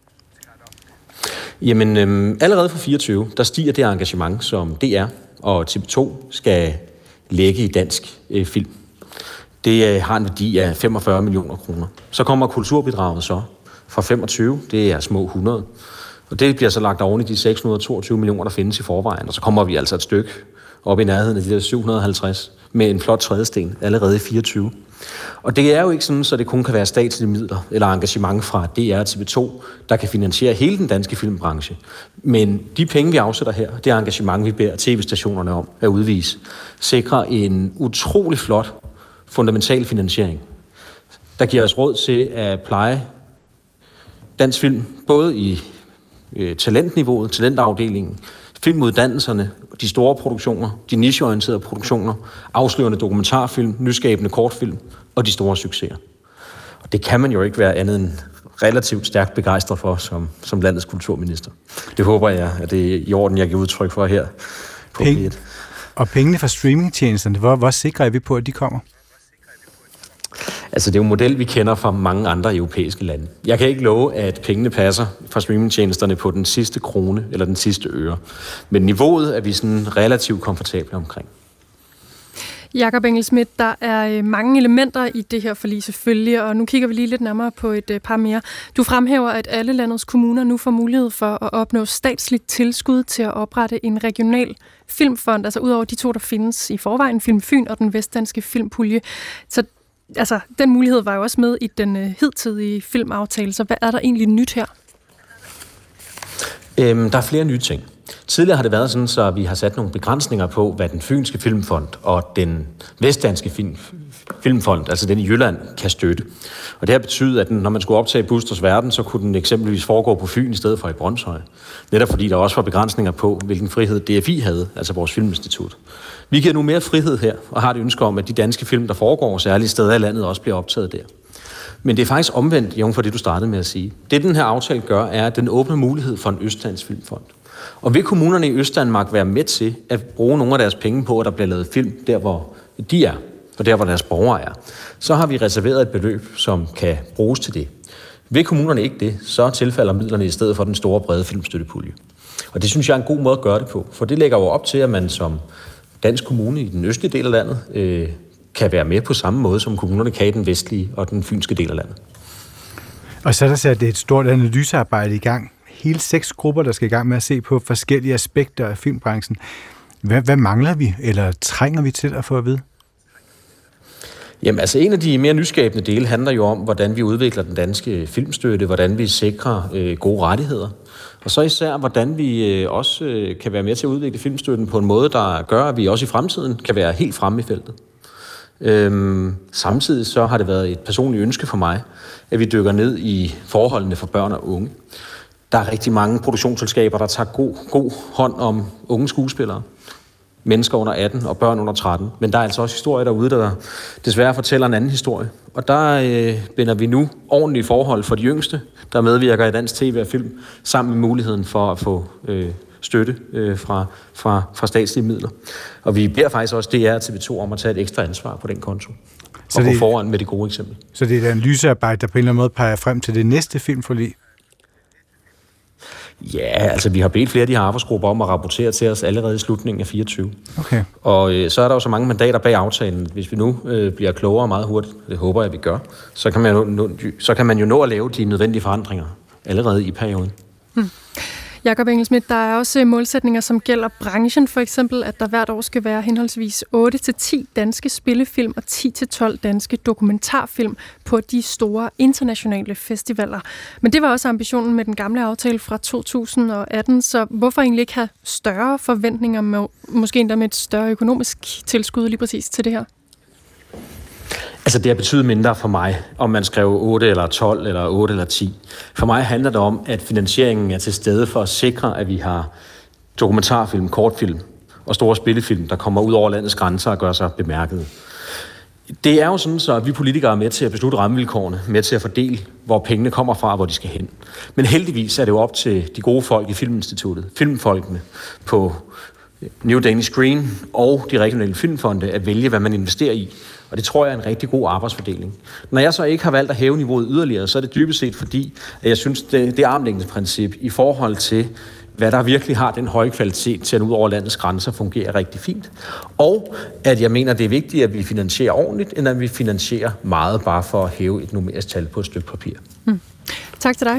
Jamen, allerede fra 24, der stiger det engagement, som DR og TV2 skal lægge i dansk film. Det har en værdi af 45 millioner kroner. Så kommer kulturbidraget så fra 25, det er små 100. Og det bliver så lagt oven i de 622 millioner, der findes i forvejen. Og så kommer vi altså et stykke op i nærheden af de der 750 med en flot trædesten allerede i 24. Og det er jo ikke sådan, så det kun kan være statslige midler eller engagement fra DR og TV2, der kan finansiere hele den danske filmbranche. Men de penge, vi afsætter her, det engagement, vi beder tv-stationerne om at udvise, sikrer en utrolig flot fundamental finansiering, der giver os råd til at pleje dansk film, både i talentniveauet, talentafdelingen, filmuddannelserne, de store produktioner, de nicheorienterede produktioner, afslørende dokumentarfilm, nyskabende kortfilm og de store succeser. Og det kan man jo ikke være andet end relativt stærkt begejstret for som landets kulturminister. Det håber jeg, at det er i orden, jeg giver udtryk for her på P1. Og pengene fra streamingtjenesterne, hvor sikrer vi på, at de kommer? Altså, det er jo en model, vi kender fra mange andre europæiske lande. Jeg kan ikke love, at pengene passer fra streamingtjenesterne på den sidste krone eller den sidste øre. Men niveauet er vi sådan relativt komfortable omkring. Jakob Engel-Schmidt, der er mange elementer i det her forlig selvfølgelig, og nu kigger vi lige lidt nærmere på et par mere. Du fremhæver, at alle landets kommuner nu får mulighed for at opnå statsligt tilskud til at oprette en regional filmfond, altså udover de to, der findes i forvejen, Film Fyn og den vestdanske filmpulje. Så altså, den mulighed var jo også med i den hidtidige filmaftale, så hvad er der egentlig nyt her? Der er flere nye ting. Tidligere har det været sådan, så vi har sat nogle begrænsninger på, hvad den fynske filmfond og den vestdanske filmfond, altså den i Jylland, kan støtte. Og det har betydet, at når man skulle optage Busters Verden, så kunne den eksempelvis foregå på Fyn i stedet for i Brønshøj. Netop fordi der også var begrænsninger på, hvilken frihed DFI havde, altså vores filminstitut. Vi giver nu mere frihed her, og har et ønske om, at de danske film, der foregår særlige steder i landet, også bliver optaget der. Men det er faktisk omvendt, jævnfor det, du startede med at sige. Det, den her aftale gør, er, at den åbner mulighed for en Østdansk filmfond. Og vil kommunerne i Østdanmark være med til at bruge nogle af deres penge på, at der bliver lavet film der, hvor de er, og der, hvor deres borgere er, så har vi reserveret et beløb, som kan bruges til det. Vil kommunerne ikke det, så tilfalder midlerne i stedet for den store brede filmstøttepulje. Og det synes jeg er en god måde at gøre det på, for det lægger jo op til, at man som dansk kommune i den østlige del af landet kan være med på samme måde, som kommunerne kan i den vestlige og den fynske del af landet. Og så er der sat et stort analysearbejde i gang. Hele 6 grupper, der skal i gang med at se på forskellige aspekter af filmbranchen. Hvad mangler vi, eller trænger vi til at få at vide? Jamen, altså en af de mere nyskabende dele handler jo om, hvordan vi udvikler den danske filmstøtte, hvordan vi sikrer gode rettigheder, og så især, hvordan vi også kan være med til at udvikle filmstøtten på en måde, der gør, at vi også i fremtiden kan være helt fremme i feltet. Samtidig så har det været et personligt ønske for mig, at vi dykker ned i forholdene for børn og unge. Der er rigtig mange produktionsselskaber, der tager god hånd om unge skuespillere. Mennesker under 18 og børn under 13. Men der er altså også historier derude, der desværre fortæller en anden historie. Og der binder vi nu ordentlige forhold for de yngste, der medvirker i dansk tv og film, sammen med muligheden for at få støtte fra statslige midler. Og vi beder faktisk også DR og TV2 om at tage et ekstra ansvar på den konto. Og gå foran med det gode eksempel. Så det er et analysearbejde, der på en eller anden måde peger frem til det næste filmforlig? Ja, altså vi har bedt flere af de her arbejdsgrupper om at rapportere til os allerede i slutningen af 24. Okay. Og så er der jo så mange mandater bag aftalen. Hvis vi nu bliver klogere meget hurtigt, det håber jeg, vi gør, så kan man jo nå at lave de nødvendige forandringer allerede i perioden. Jakob Engel-Schmidt, der er også målsætninger, som gælder branchen. For eksempel, at der hvert år skal være henholdsvis 8-10 danske spillefilm og 10-12 danske dokumentarfilm på de store internationale festivaler. Men det var også ambitionen med den gamle aftale fra 2018, så hvorfor egentlig ikke have større forventninger, med, måske endda med et større økonomisk tilskud lige præcis til det her? Altså det har betydet mindre for mig, om man skrev 8 eller 12 eller 8 eller 10. For mig handler det om, at finansieringen er til stede for at sikre, at vi har dokumentarfilm, kortfilm og store spillefilm, der kommer ud over landets grænser og gør sig bemærket. Det er jo sådan, så at vi politikere er med til at beslutte rammevilkårene, med til at fordele, hvor pengene kommer fra og hvor de skal hen. Men heldigvis er det jo op til de gode folk i Filminstituttet, filmfolkene på New Danish Screen og de regionale filmfonde at vælge, hvad man investerer i. Og det tror jeg er en rigtig god arbejdsfordeling. Når jeg så ikke har valgt at hæve niveauet yderligere, så er det dybest set fordi, at jeg synes, det armslængdeprincip i forhold til, hvad der virkelig har den høje kvalitet til at ud over landets grænser fungerer rigtig fint. Og at jeg mener, det er vigtigt, at vi finansierer ordentligt, end at vi finansierer meget bare for at hæve et numerisk tal på et stykke papir. Tak til dig.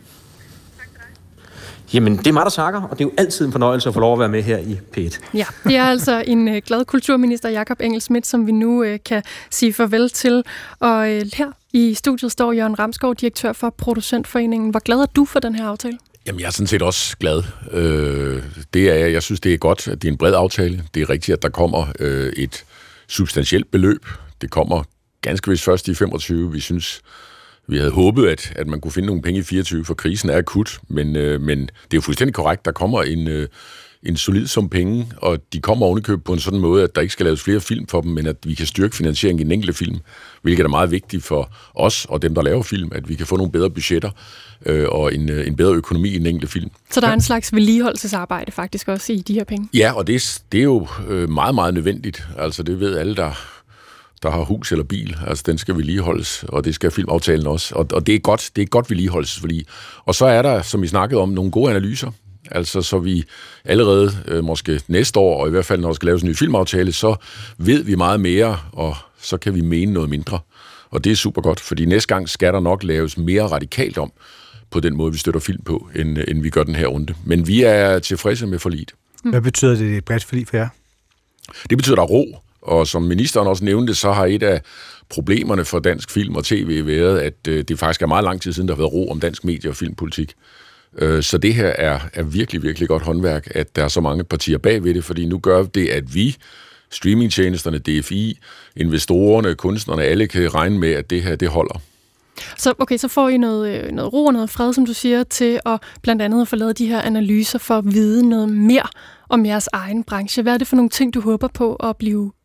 Jamen, det er mig, der takker, og det er jo altid en fornøjelse at få lov at være med her i P1. Ja, det er altså en glad kulturminister, Jakob Engel-Schmidt, som vi nu kan sige farvel til. Og her i studiet står Jørgen Ramskov, direktør for Producentforeningen. Hvor glad er du for den her aftale? Jamen, jeg er sådan set også glad. Jeg synes, det er godt, at det er en bred aftale. Det er rigtigt, at der kommer et substantielt beløb. Det kommer ganske vist først i 25. Vi havde håbet, at man kunne finde nogle penge i 24, for krisen er akut, men det er jo fuldstændig korrekt. Der kommer en solid sum penge, og de kommer ovenikøbet på en sådan måde, at der ikke skal laves flere film for dem, men at vi kan styrke finansieringen i den enkelte film, hvilket er meget vigtigt for os og dem, der laver film, at vi kan få nogle bedre budgetter og en bedre økonomi i den enkelte film. Så der er en slags vedligeholdelsesarbejde faktisk også i de her penge? Ja, og det er jo meget, meget nødvendigt. Altså det ved alle, der har hus eller bil, altså den skal vedligeholdes, og det skal filmaftalen også. Og det er et godt vedligeholdelsesforlig. Og så er der, som vi snakkede om, nogle gode analyser. Altså så vi allerede måske næste år, og i hvert fald når der skal laves en ny filmaftale, så ved vi meget mere, og så kan vi mene noget mindre. Og det er super godt, fordi næste gang skal der nok laves mere radikalt om på den måde, vi støtter film på, end vi gør den her runde. Men vi er tilfredse med forliget. Hvad betyder det, et bredt forlig for jer? Det betyder, der er ro. Og som ministeren også nævnte, så har et af problemerne for dansk film og tv været, at det faktisk er meget lang tid siden, der har været ro om dansk medie- og filmpolitik. Så det her er virkelig, virkelig godt håndværk, at der er så mange partier bag ved det, fordi nu gør det, at vi, streamingtjenesterne, DFI, investorerne, kunstnerne, alle kan regne med, at det her, det holder. Så får I noget ro og noget fred, som du siger, til at blandt andet at få lavet de her analyser for at vide noget mere om jeres egen branche. Hvad er det for nogle ting, du håber på at blive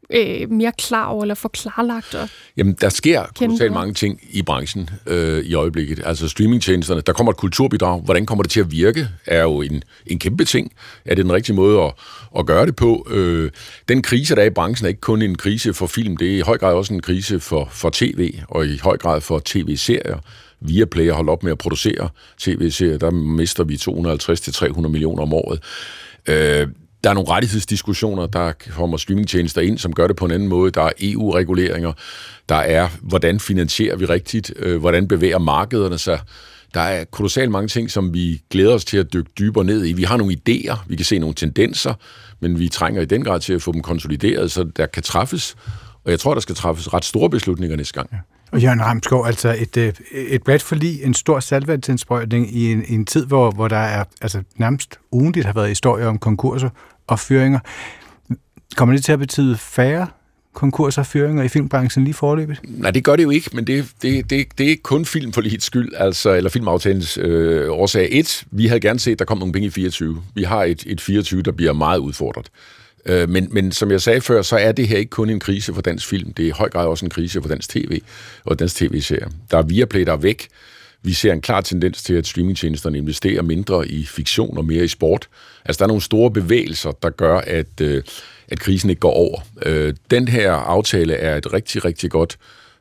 mere klar over eller få klarlagt? Jamen, der sker kolossalt mange ting i branchen i øjeblikket. Altså streamingtjenesterne, der kommer et kulturbidrag. Hvordan kommer det til at virke, er jo en kæmpe ting. Er det den rigtige måde at gøre det på? Den krise, der er i branchen, er ikke kun en krise for film. Det er i høj grad også en krise for tv, og i høj grad for tv-serier. Viaplay har holdt op med at producere tv-serier. Der mister vi 250-300 millioner om året. Der er nogle rettighedsdiskussioner, der kommer streamingtjenester ind, som gør det på en anden måde. Der er EU-reguleringer. Der er, hvordan finansierer vi rigtigt? Hvordan bevæger markederne sig? Der er kolossalt mange ting, som vi glæder os til at dykke dybere ned i. Vi har nogle idéer, vi kan se nogle tendenser, men vi trænger i den grad til at få dem konsolideret, så der kan træffes. Og jeg tror, der skal træffes ret store beslutninger næste gang. Ja. Og Jørgen Ramskov, altså et bredt forlig, en stor saltvandsindsprøjtning i en tid, hvor der er altså nærmest ugentligt har været historier om konkurser og fyringer. Kommer det til at betyde færre konkurser og fyringer i filmbranchen lige foreløbigt? Nej, det gør det jo ikke, men det er ikke kun filmforligets skyld, altså, eller filmaftalens årsag. Vi havde gerne set, at der kom nogle penge i 24. Vi har et 24, der bliver meget udfordret. Men som jeg sagde før, så er det her ikke kun en krise for dansk film. Det er i høj grad også en krise for dansk tv og dansk tv-serier. Der er Viaplay, der er væk. Vi ser en klar tendens til, at streamingtjenesterne investerer mindre i fiktion og mere i sport. Altså, der er nogle store bevægelser, der gør, at krisen ikke går over. Den her aftale er et rigtig, rigtig godt,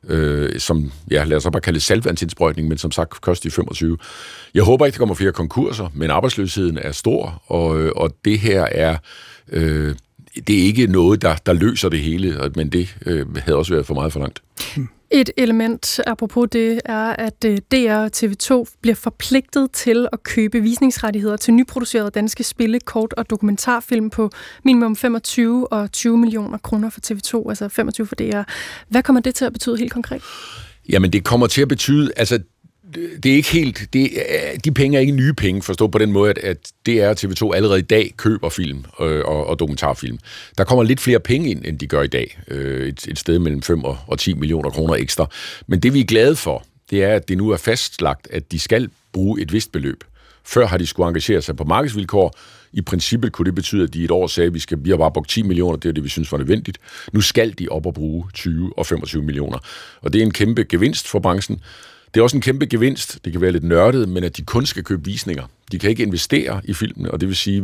lad os bare kalde saltvandsindsprøjtning, men som sagt koster 25. Jeg håber ikke, der kommer flere konkurser, men arbejdsløsheden er stor, og det her er... det er ikke noget, der løser det hele, men det havde også været for meget for langt. Et element, apropos det, er, at DR og TV2 bliver forpligtet til at købe visningsrettigheder til nyproducerede danske spille-, kort- og dokumentarfilm på minimum 25 og 20 millioner kroner for TV2, altså 25 for DR. Hvad kommer det til at betyde helt konkret? Jamen, det kommer til at betyde, altså det er ikke helt, de penge er ikke nye penge, forstå på den måde, at DR og TV2 allerede i dag køber film og dokumentarfilm. Der kommer lidt flere penge ind, end de gør i dag. Et sted mellem 5 og 10 millioner kroner ekstra. Men det vi er glade for, det er, at det nu er fastlagt, at de skal bruge et vist beløb. Før har de skulle engagere sig på markedsvilkår. I princippet kunne det betyde, at de et år sagde, at vi har bare brugt 10 millioner, det er det, vi synes var nødvendigt. Nu skal de op og bruge 20 og 25 millioner. Og det er en kæmpe gevinst for branchen. Det er også en kæmpe gevinst, det kan være lidt nørdet, men at de kun skal købe visninger. De kan ikke investere i filmene, og det vil sige,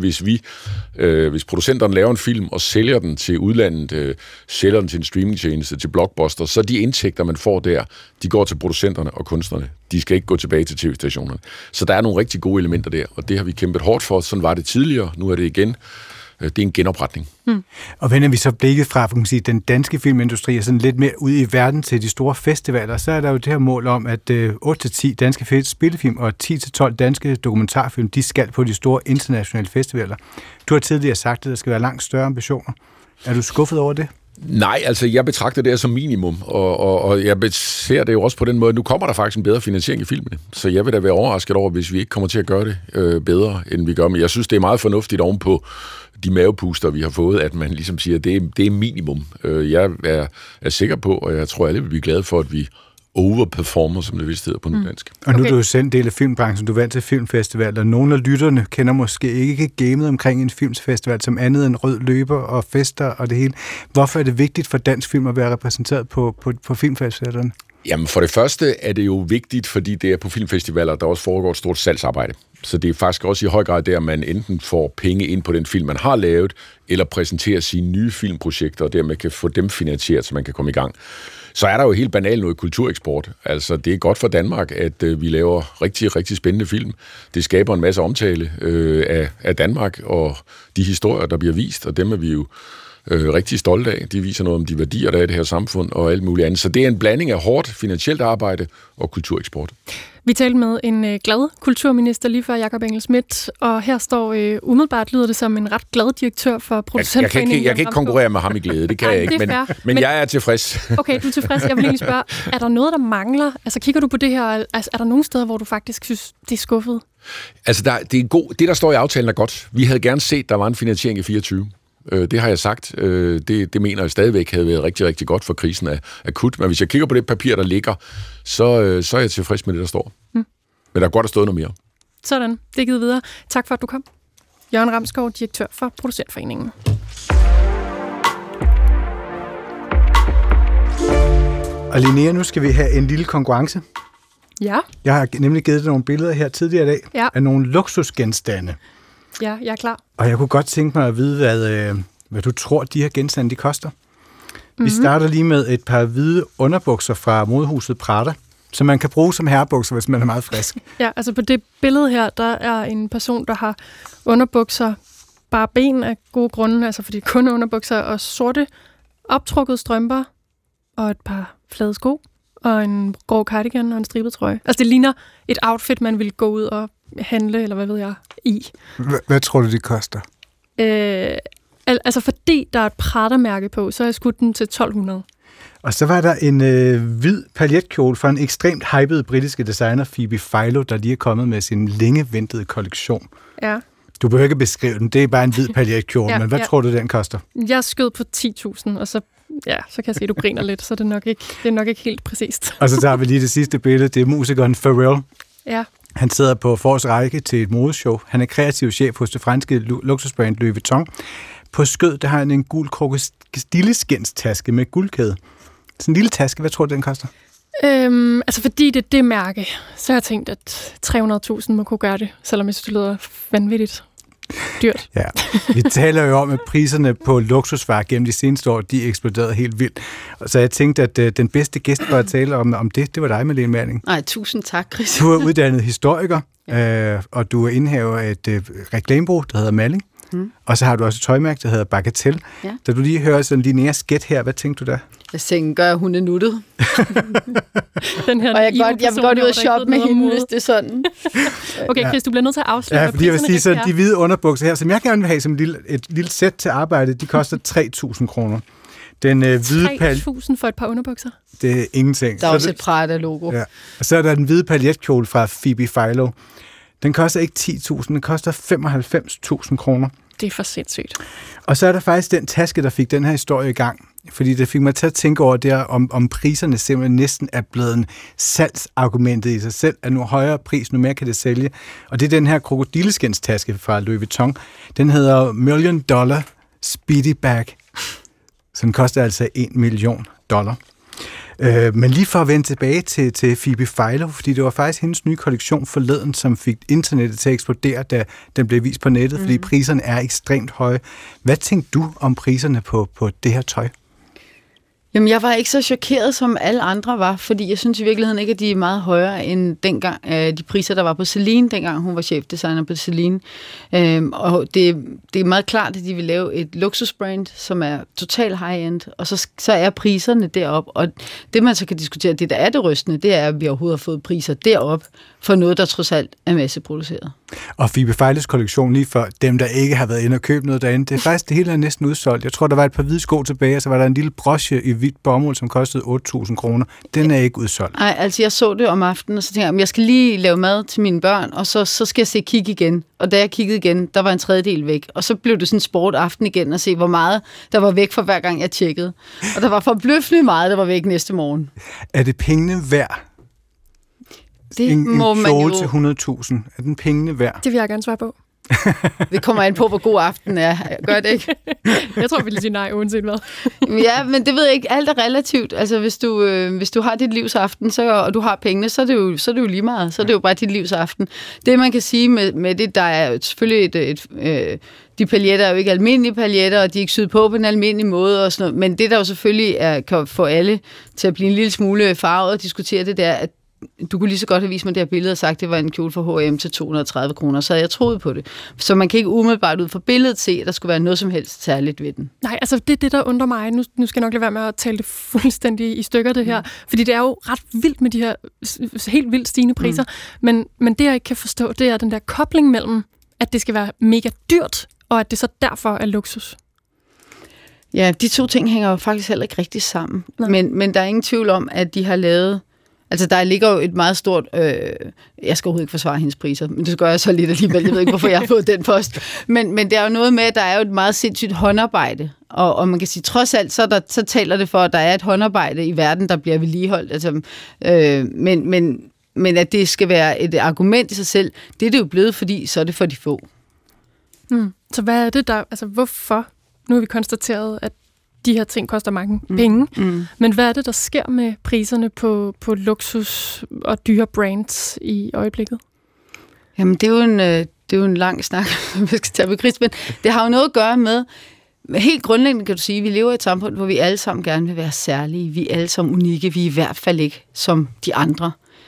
hvis producenterne laver en film og sælger den til udlandet, sælger den til en streamingtjeneste, til Blockbuster, så de indtægter, man får der, de går til producenterne og kunstnerne. De skal ikke gå tilbage til tv-stationerne. Så der er nogle rigtig gode elementer der, og det har vi kæmpet hårdt for. Sådan var det tidligere, nu er det igen. Det er en genopretning. Og vender vi så blikket fra den danske filmindustri og sådan lidt mere ud i verden til de store festivaler, så er der jo det her mål om, at 8-10 danske spillefilm og 10-12 danske dokumentarfilm, de skal på de store internationale festivaler. Du har tidligere sagt, at der skal være langt større ambitioner. Er du skuffet over det? Nej, altså jeg betragter det som minimum, og jeg ser det jo også på den måde, at nu kommer der faktisk en bedre finansiering i filmene, så jeg vil da være overrasket over, hvis vi ikke kommer til at gøre det bedre, end vi gør. Men jeg synes, det er meget fornuftigt ovenpå de mavepuster, vi har fået, at man ligesom siger, at det er minimum. Jeg er sikker på, og jeg tror alle vil blive glade for, at vi overperformer, som det vist hedder på nudansk. Og nu er du jo selv en del af filmbranchen, du er vant til filmfestivaler, og nogle af lytterne kender måske ikke gamet omkring en filmfestival som andet end rød løber og fester og det hele. Hvorfor er det vigtigt for dansk film at være repræsenteret på filmfestivalerne? Jamen for det første er det jo vigtigt, fordi det er på filmfestivaler, der også foregår et stort salgsarbejde. Så det er faktisk også i høj grad der, man enten får penge ind på den film, man har lavet, eller præsenterer sine nye filmprojekter, og dermed kan få dem finansieret, så man kan komme i gang. Så er der jo helt banalt noget kultureksport. Altså, det er godt for Danmark, at vi laver rigtig, rigtig spændende film. Det skaber en masse omtale af Danmark og de historier, der bliver vist, og dem er vi jo rigtig stolte af. De viser noget om de værdier, der er i det her samfund og alt muligt andet. Så det er en blanding af hårdt finansielt arbejde og kultureksport. Vi talte med en glad kulturminister lige før, Jakob Engel-Schmidt, og her står umiddelbart lyder det som en ret glad direktør for Producentforeningen. Jeg kan ikke konkurrere med ham i glæde, det kan jeg ikke, men jeg er tilfreds. Okay, du er tilfreds. Jeg vil egentlig spørge, er der noget, der mangler? Altså kigger du på det her, altså, er der nogle steder, hvor du faktisk synes, det er skuffet? Altså det der står i aftalen er godt. Vi havde gerne set, der var en finansiering i 24. Det har jeg sagt. Det mener jeg stadigvæk havde været rigtig, rigtig godt, for krisen er akut. Men hvis jeg kigger på det papir, der ligger, så er jeg tilfreds med det, der står. Men der er godt at stå noget mere. Sådan. Det er givet videre. Tak for, at du kom. Jørgen Ramskov, direktør for Producentforeningen. Og Linnea, nu skal vi have en lille konkurrence. Ja. Jeg har nemlig givet dig nogle billeder her tidligere i dag af nogle luksusgenstande. Ja, jeg er klar. Og jeg kunne godt tænke mig at vide, hvad du tror, de her genstande de koster. Vi starter lige med et par hvide underbukser fra modehuset Prada, som man kan bruge som herrebukser, hvis man er meget frisk. Ja, altså på det billede her, der er en person, der har underbukser, bare ben af gode grunde, altså fordi kun underbukser og sorte optrukkede strømper og et par flade sko og en grå cardigan og en stribet trøje. Altså det ligner et outfit, man vil gå ud og handle, eller hvad ved jeg, i. Hvad tror du, det koster? Altså fordi der er et Prada-mærke på, så har jeg skudt den til 1.200. Og så var der en hvid paljetkjole fra en ekstremt hyped britiske designer, Phoebe Philo, der lige er kommet med sin længe ventede kollektion. Ja. Du behøver ikke beskrive den, det er bare en hvid paljetkjole, men hvad tror du, den koster? Jeg skød på 10.000, og så kan jeg se, at du griner lidt, så det er nok ikke helt præcist. Og så tager vi lige det sidste billede, det er musikeren Pharrell. Ja. Han sidder på forreste række til et modeshow. Han er kreativ chef hos det franske luksusbrand Louis Vuitton. På skød, der har han en gul krokodilleskinstaske med guldkæde. Sådan en lille taske, hvad tror du, den koster? Altså fordi det er det mærke, så har jeg tænkt, at 300.000 må kunne gøre det, selvom jeg synes, det lyder vanvittigt dyrt. Ja, vi taler jo om, at priserne på luksusvarer gennem de seneste år, de eksploderede helt vildt. Så jeg tænkte, at den bedste gæst for at tale om det var dig, Malene Merling. Nej, tusind tak, Chris. Du er uddannet historiker, og du er indehaver af et reklamebureau, der hedder Malling. Og så har du også et tøjmærke, der hedder Bagatelle. Ja. Da du lige hører sådan en lineær skæt her, hvad tænkte du der? Jeg tænkte, gør hun er nuttet. Den her og jeg vil godt ud og shoppe med hende, hvis det er sådan. Okay, Chris, du bliver nødt til at afsløre. Ja, fordi jeg vil sige, så de hvide underbukser her, som jeg gerne vil have som et lille sæt til arbejde, de koster 3.000 kroner. 3.000 for et par underbukser? Det er ingenting. Der er også et Prada-logo. Ja. Og så er der den hvide paljetkjole fra Phoebe Philo. Den koster ikke 10.000, den koster 95.000 kroner. Det er for sindssygt. Og så er der faktisk den taske, der fik den her historie i gang. Fordi det fik mig til at tænke over det, om priserne simpelthen næsten er blevet salgsargumentet i sig selv, at nu højere pris, nu mere kan det sælge. Og det er den her krokodilleskinstaske fra Louis Vuitton. Den hedder $1 Million Speedy Bag. Så den koster altså $1 million. Men lige for at vende tilbage til Phoebe Philo, fordi det var faktisk hendes nye kollektion forleden, som fik internettet til at eksplodere, da den blev vist på nettet, fordi priserne er ekstremt høje. Hvad tænkte du om priserne på det her tøj? Jamen, jeg var ikke så chokeret, som alle andre var, fordi jeg synes i virkeligheden ikke, at de er meget højere end dengang, de priser, der var på Celine, dengang hun var chefdesigner på Celine. Og det er meget klart, at de vil lave et luksusbrand, som er total high-end, og så er priserne derop. Og det, man så kan diskutere, det der er det rystende, det er, at vi overhovedet har fået priser derop for noget, der trods alt er masseproduceret. Og Phoebe Philos kollektion, lige for dem, der ikke har været inde og købt noget derinde, det er faktisk, det hele er næsten udsolgt. Jeg tror, der var et par hvide sko tilbage, og så var der en lille broche i hvidt bomuld, som kostede 8.000 kroner. Den er ikke udsolgt. Nej, altså jeg så det om aftenen, og så tænkte jeg skal lige lave mad til mine børn, og så skal jeg kigge igen. Og da jeg kiggede igen, der var en tredjedel væk. Og så blev det sådan en sport aften igen, at se, hvor meget der var væk for hver gang, jeg tjekkede. Og der var forbløffende meget, der var væk næste morgen. Er det pengene værd? Det en må man kjole jo... til 100.000. Er den pengene værd? Det vil jeg gerne svare på. Det kommer an på, hvor god aften er. Gør det ikke? Jeg tror, vi vil sige nej, uanset hvad. Ja, men det ved jeg ikke. Alt er relativt. Altså, hvis du har dit livs aften, og du har pengene, så er det jo lige meget. Så er det jo bare dit livs aften. Det, man kan sige med det, der er selvfølgelig de paljetter er jo ikke almindelige paljetter, og de er ikke syet på en almindelig måde og sådan noget. Men det, der jo selvfølgelig kan få alle til at blive en lille smule farvet og diskutere det, der, at du kunne lige så godt have vist mig det her billede og sagt, at det var en kjole fra H&M til 230 kroner, så havde jeg troet på det. Så man kan ikke umiddelbart ud fra billedet se, at der skulle være noget som helst særligt ved den. Nej, altså det er det, der undrer mig. Nu skal jeg nok lade være med at tale det fuldstændig i stykker, det her. Fordi det er jo ret vildt med de her helt vildt stigende priser. Men det, jeg ikke kan forstå, det er den der kobling mellem, at det skal være mega dyrt, og at det så derfor er luksus. Ja, de to ting hænger jo faktisk heller ikke rigtig sammen. Men der er ingen tvivl om, at de har lavet... Altså, der ligger jo et meget stort... jeg skal overhovedet ikke forsvare hendes priser, men det gør jeg så lidt alligevel. Jeg ved ikke, hvorfor jeg har fået den post. Men det er jo noget med, at der er jo et meget sindssygt håndarbejde. Og man kan sige, trods alt, så taler det for, at der er et håndarbejde i verden, der bliver vedligeholdt. Altså, men at det skal være et argument i sig selv, det er det jo blevet, fordi så er det for de få. Så hvad er det der... Altså, hvorfor? Nu har vi konstateret, at de her ting koster mange penge. Men hvad er det, der sker med priserne på luksus og dyre brands i øjeblikket? Jamen, det er jo en lang snak, vi skal tage på Chris, men det har jo noget at gøre med, helt grundlæggende kan du sige, at vi lever i et samfund, hvor vi alle sammen gerne vil være særlige. Vi er alle sammen unikke. Vi er i hvert fald ikke som de andre.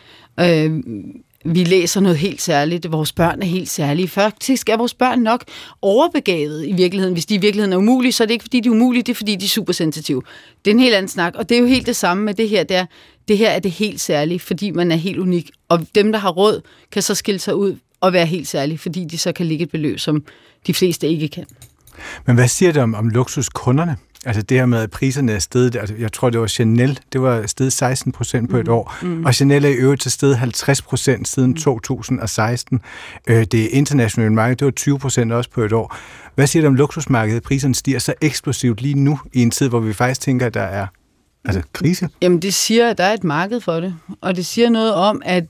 Vi læser noget helt særligt. Vores børn er helt særlige. Faktisk er vores børn nok overbegavet i virkeligheden. Hvis de i virkeligheden er umulige, så er det ikke, fordi de er umulige, det er, fordi de er supersensitive. Det er en helt anden snak, og det er jo helt det samme med det her. Det her er det helt særlige, fordi man er helt unik. Og dem, der har råd, kan så skille sig ud og være helt særlige, fordi de så kan ligge et beløb, som de fleste ikke kan. Men hvad siger det om luksuskunderne? Altså det her med, at priserne er steget, altså jeg tror, det var Chanel, det var steget 16% på et år, og Chanel er i øvrigt til steget 50% siden 2016. Det internationale marked, det var 20% også på et år. Hvad siger det om luksusmarkedet? Priserne stiger så eksplosivt lige nu, i en tid, hvor vi faktisk tænker, at der er krise. Jamen det siger, at der er et marked for det, og det siger noget om, at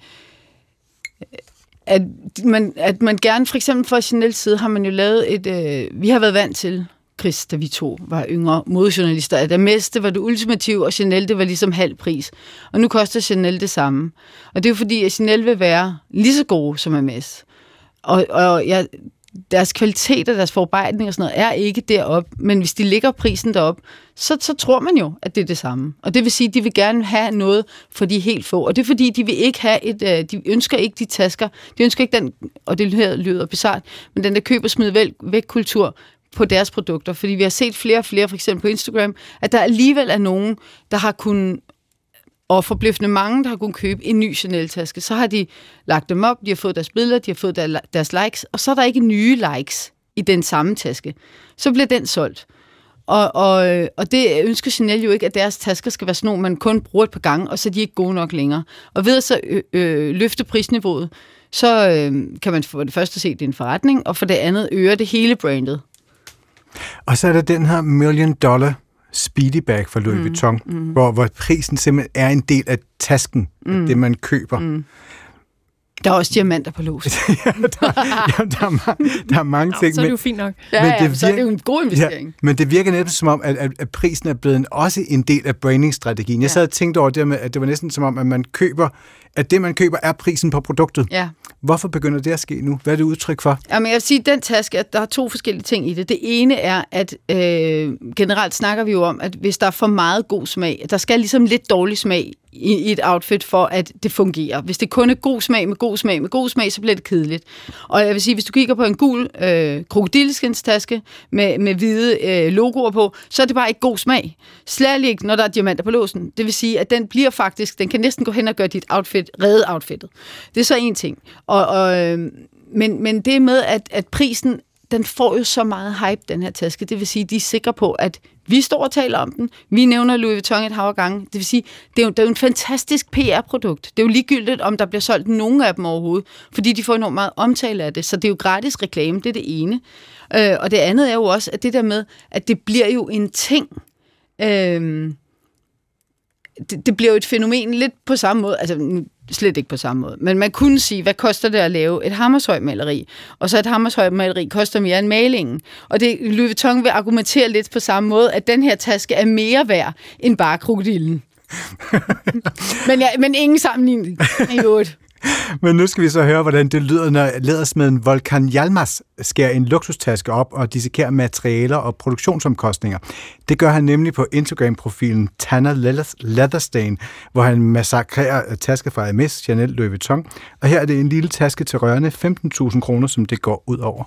man gerne, for eksempel fra Chanels side, har man jo lavet vi har været vant til, Chris, da vi to var yngre modejournalister, at Hermès, det var det ultimative, og Chanel, det var ligesom halv pris. Og nu koster Chanel det samme. Og det er jo fordi, at Chanel vil være lige så gode som Hermès. Og deres kvalitet og deres forarbejdning og sådan noget er ikke deroppe, men hvis de lægger prisen derop, så tror man jo, at det er det samme. Og det vil sige, at de vil gerne have noget for de helt få. Og det er fordi, de vil ikke have de ønsker ikke de tasker, de ønsker ikke den, og det lyder bizart, men den der køb og smid væk kultur på deres produkter. Fordi vi har set flere og flere, for eksempel på Instagram, at der alligevel er nogen, der har kunnet, og forbløffende mange, der har kunnet købe en ny Chanel-taske. Så har de lagt dem op, de har fået deres billeder, de har fået deres likes, og så er der ikke nye likes i den samme taske. Så bliver den solgt. Og det ønsker Chanel jo ikke, at deres tasker skal være sådan nogle, man kun bruger et par gange, og så er de ikke gode nok længere. Og ved at så løfte prisniveauet, så kan man for det første se, at det er en forretning, og for det andet øger det hele brandet. Og så er der den her $1 million Speedy Bag fra Louis Vuitton, hvor prisen simpelthen er en del af tasken, det man køber. Der er også diamanter på låsen. der er mange ting. Så er det jo fint nok. Men så er det jo en god investering. Ja, men det virker næsten som om, at prisen er blevet også en del af brandingstrategien. Jeg sad og tænkte over det med, at det var næsten som om, at det man køber er prisen på produktet. Ja. Hvorfor begynder det at ske nu? Hvad er det udtryk for? Jamen, jeg vil sige, at den taske, at der er 2 forskellige ting i det. Det ene er, at generelt snakker vi jo om, at hvis der er for meget god smag, der skal ligesom lidt dårlig smag i et outfit, for at det fungerer. Hvis det kun er god smag med god smag, så bliver det kedeligt. Og jeg vil sige, hvis du kigger på en gul krokodilleskinstaske med hvide logoer på, så er det bare ikke god smag. Slet ikke, når der er diamanter på låsen. Det vil sige, at den kan næsten gå hen og gøre dit outfit, redde outfittet. Det er så en ting. Men det med, at prisen, den får jo så meget hype, den her taske. Det vil sige, at de er sikre på, at vi står og taler om den. Vi nævner Louis Vuitton et hav af gange. Det vil sige, det er jo en fantastisk PR-produkt. Det er jo ligegyldigt, om der bliver solgt nogen af dem overhovedet, fordi de får enormt meget omtale af det. Så det er jo gratis reklame, det er det ene. Og det andet er jo også, at det der med, at det bliver jo en ting. Det bliver jo et fænomen lidt på samme måde, altså slet ikke på samme måde, men man kunne sige, hvad koster det at lave et Hammershøi-maleri? Og så et Hammershøi-maleri koster mere end malingen. Og det Louis Vuitton vil argumentere lidt på samme måde, at den her taske er mere værd end bare krokodillen. men ingen sammenligning i øvrigt. Men nu skal vi så høre, hvordan det lyder, når lædersmeden Volkan Yilmaz skærer en luksustaske op og dissekerer materialer og produktionsomkostninger. Det gør han nemlig på Instagram-profilen Tanner Leatherstain, hvor han massakrerer tasker fra Hermès, Chanel, Louis Vuitton. Og her er det en lille taske til rørende 15.000 kroner, som det går ud over.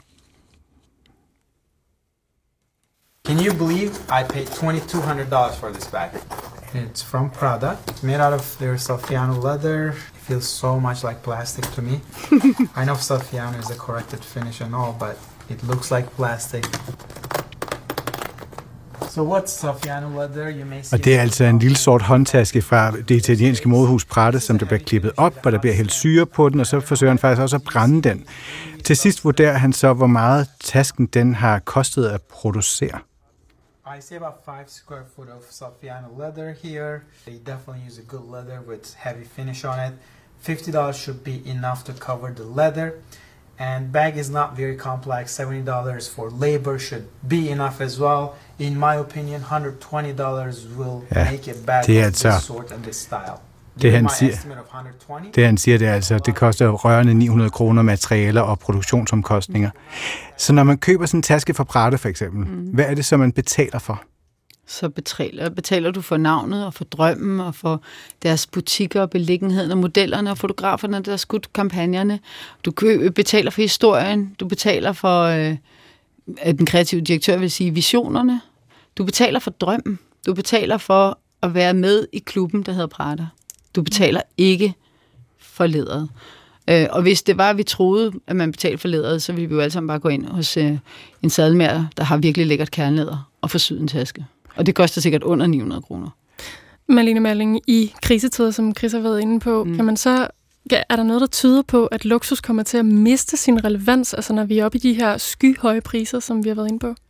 Can you believe I paid $2,200 for this bag? It's from Prada. It's made out of their Saffiano leather. It feels so much like plastic to me. I know Saffiano is a corrected finish and all, but it looks like plastic. So what's Saffiano leather? You may see. Og det er altså en lille sort håndtaske fra det italienske modehus Prada, som der bliver klippet op, og der bliver hældt syre på den, og så forsøger han faktisk også at brænde den. Til sidst vurderer han så, hvor meget tasken den har kostet at producere. I see about 5 square foot of Saffiano leather here. They definitely use a good leather with heavy finish on it. $50 should be enough to cover the leather. And bag is not very complex. $70 for labor should be enough as well. In my opinion, $120 will make a bag of this sort and this style. Det han siger, det er altså, det koster rørende 900 kroner materialer og produktionsomkostninger. Så når man køber sådan en taske fra Prada for eksempel, hvad er det så, man betaler for? Så betaler du for navnet og for drømmen og for deres butikker og beliggenheden og modellerne og fotograferne, der har skudt kampagnerne. Du betaler for historien, du betaler for, at den kreative direktør vil sige, visionerne. Du betaler for drømmen. Du betaler for at være med i klubben, der hedder Prada. Du betaler ikke for læderet. Og hvis det var, at vi troede, at man betalte for læderet, så ville vi jo alle sammen bare gå ind hos en sadelmager, der har virkelig lækkert kernlæder, og få syet en taske. Og det koster sikkert under 900 kroner. Malene Merling, i krisetider, som Chris har været inde på, kan man så, er der noget, der tyder på, at luksus kommer til at miste sin relevans, altså når vi er oppe i de her skyhøje priser, som vi har været inde på?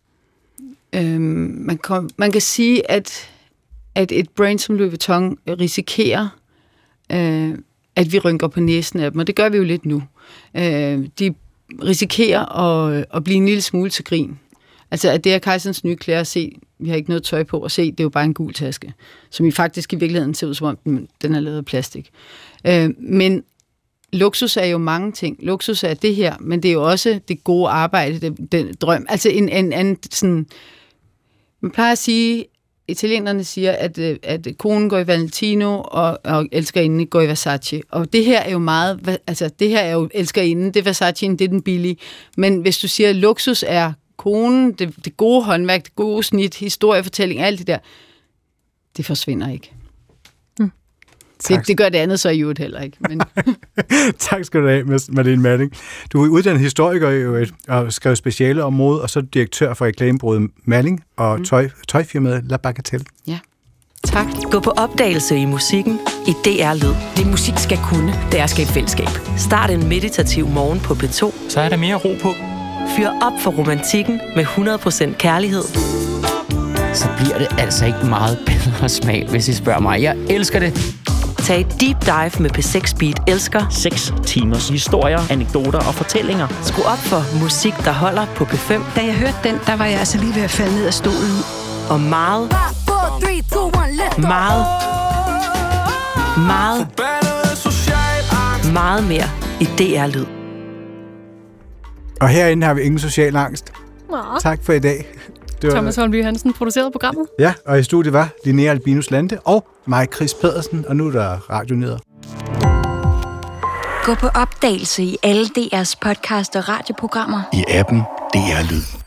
Man kan sige, at et brand som Louis Vuitton risikerer, at vi rynker på næsen af dem, og det gør vi jo lidt nu. De risikerer at blive en lille smule til grin. Altså, at det er Kajsons nye klæder at se, vi har ikke noget tøj på at se, det er jo bare en gul taske, som faktisk i virkeligheden ser ud som om, den er lavet af plastik. Men luksus er jo mange ting. Luksus er det her, men det er jo også det gode arbejde, den drøm. Altså en sådan... Man plejer at sige, italienerne siger, at konen går i Valentino, og elskerinden går i Versace. Og det her er jo meget... Altså, det her er jo elskerinden, det er Versace, det er den billige. Men hvis du siger, at luksus er konen, det gode håndværk, det gode snit, historiefortælling, alt det der, det forsvinder ikke. Det gør det andet så i øvrigt heller ikke. Men... Tak skal du have, Malene Merling. Du er uddannet historiker jo, og skrev speciale om mode, og så direktør for reklamebureauet Malling og tøjfirmaet La Bagatelle. Ja, tak. Gå på opdagelse i musikken i DR Lyd. Det musik skal kunne, det er at skabe fællesskab. Start en meditativ morgen på P2. Så er der mere ro på. Fyr op for romantikken med 100% kærlighed. Så bliver det altså ikke meget bedre smag, hvis I spørger mig. Jeg elsker det. Tag et deep dive med P6 Beat Elsker. 6 timers historier, anekdoter og fortællinger. Skru op for musik, der holder på P5. Da jeg hørte den, der var jeg altså lige ved at falde ned af stolen. Og meget mere i DR Lyd. Og herinde har vi ingen social angst. Tak for i dag. Thomas Holmby Hansen producerede programmet. Ja, og i studiet var Linnea Albinus Lande og mig, Chris Pedersen, og nu er der radionyheder. Gå på opdagelse i alle DR's podcast og radioprogrammer. I appen DR Lyd.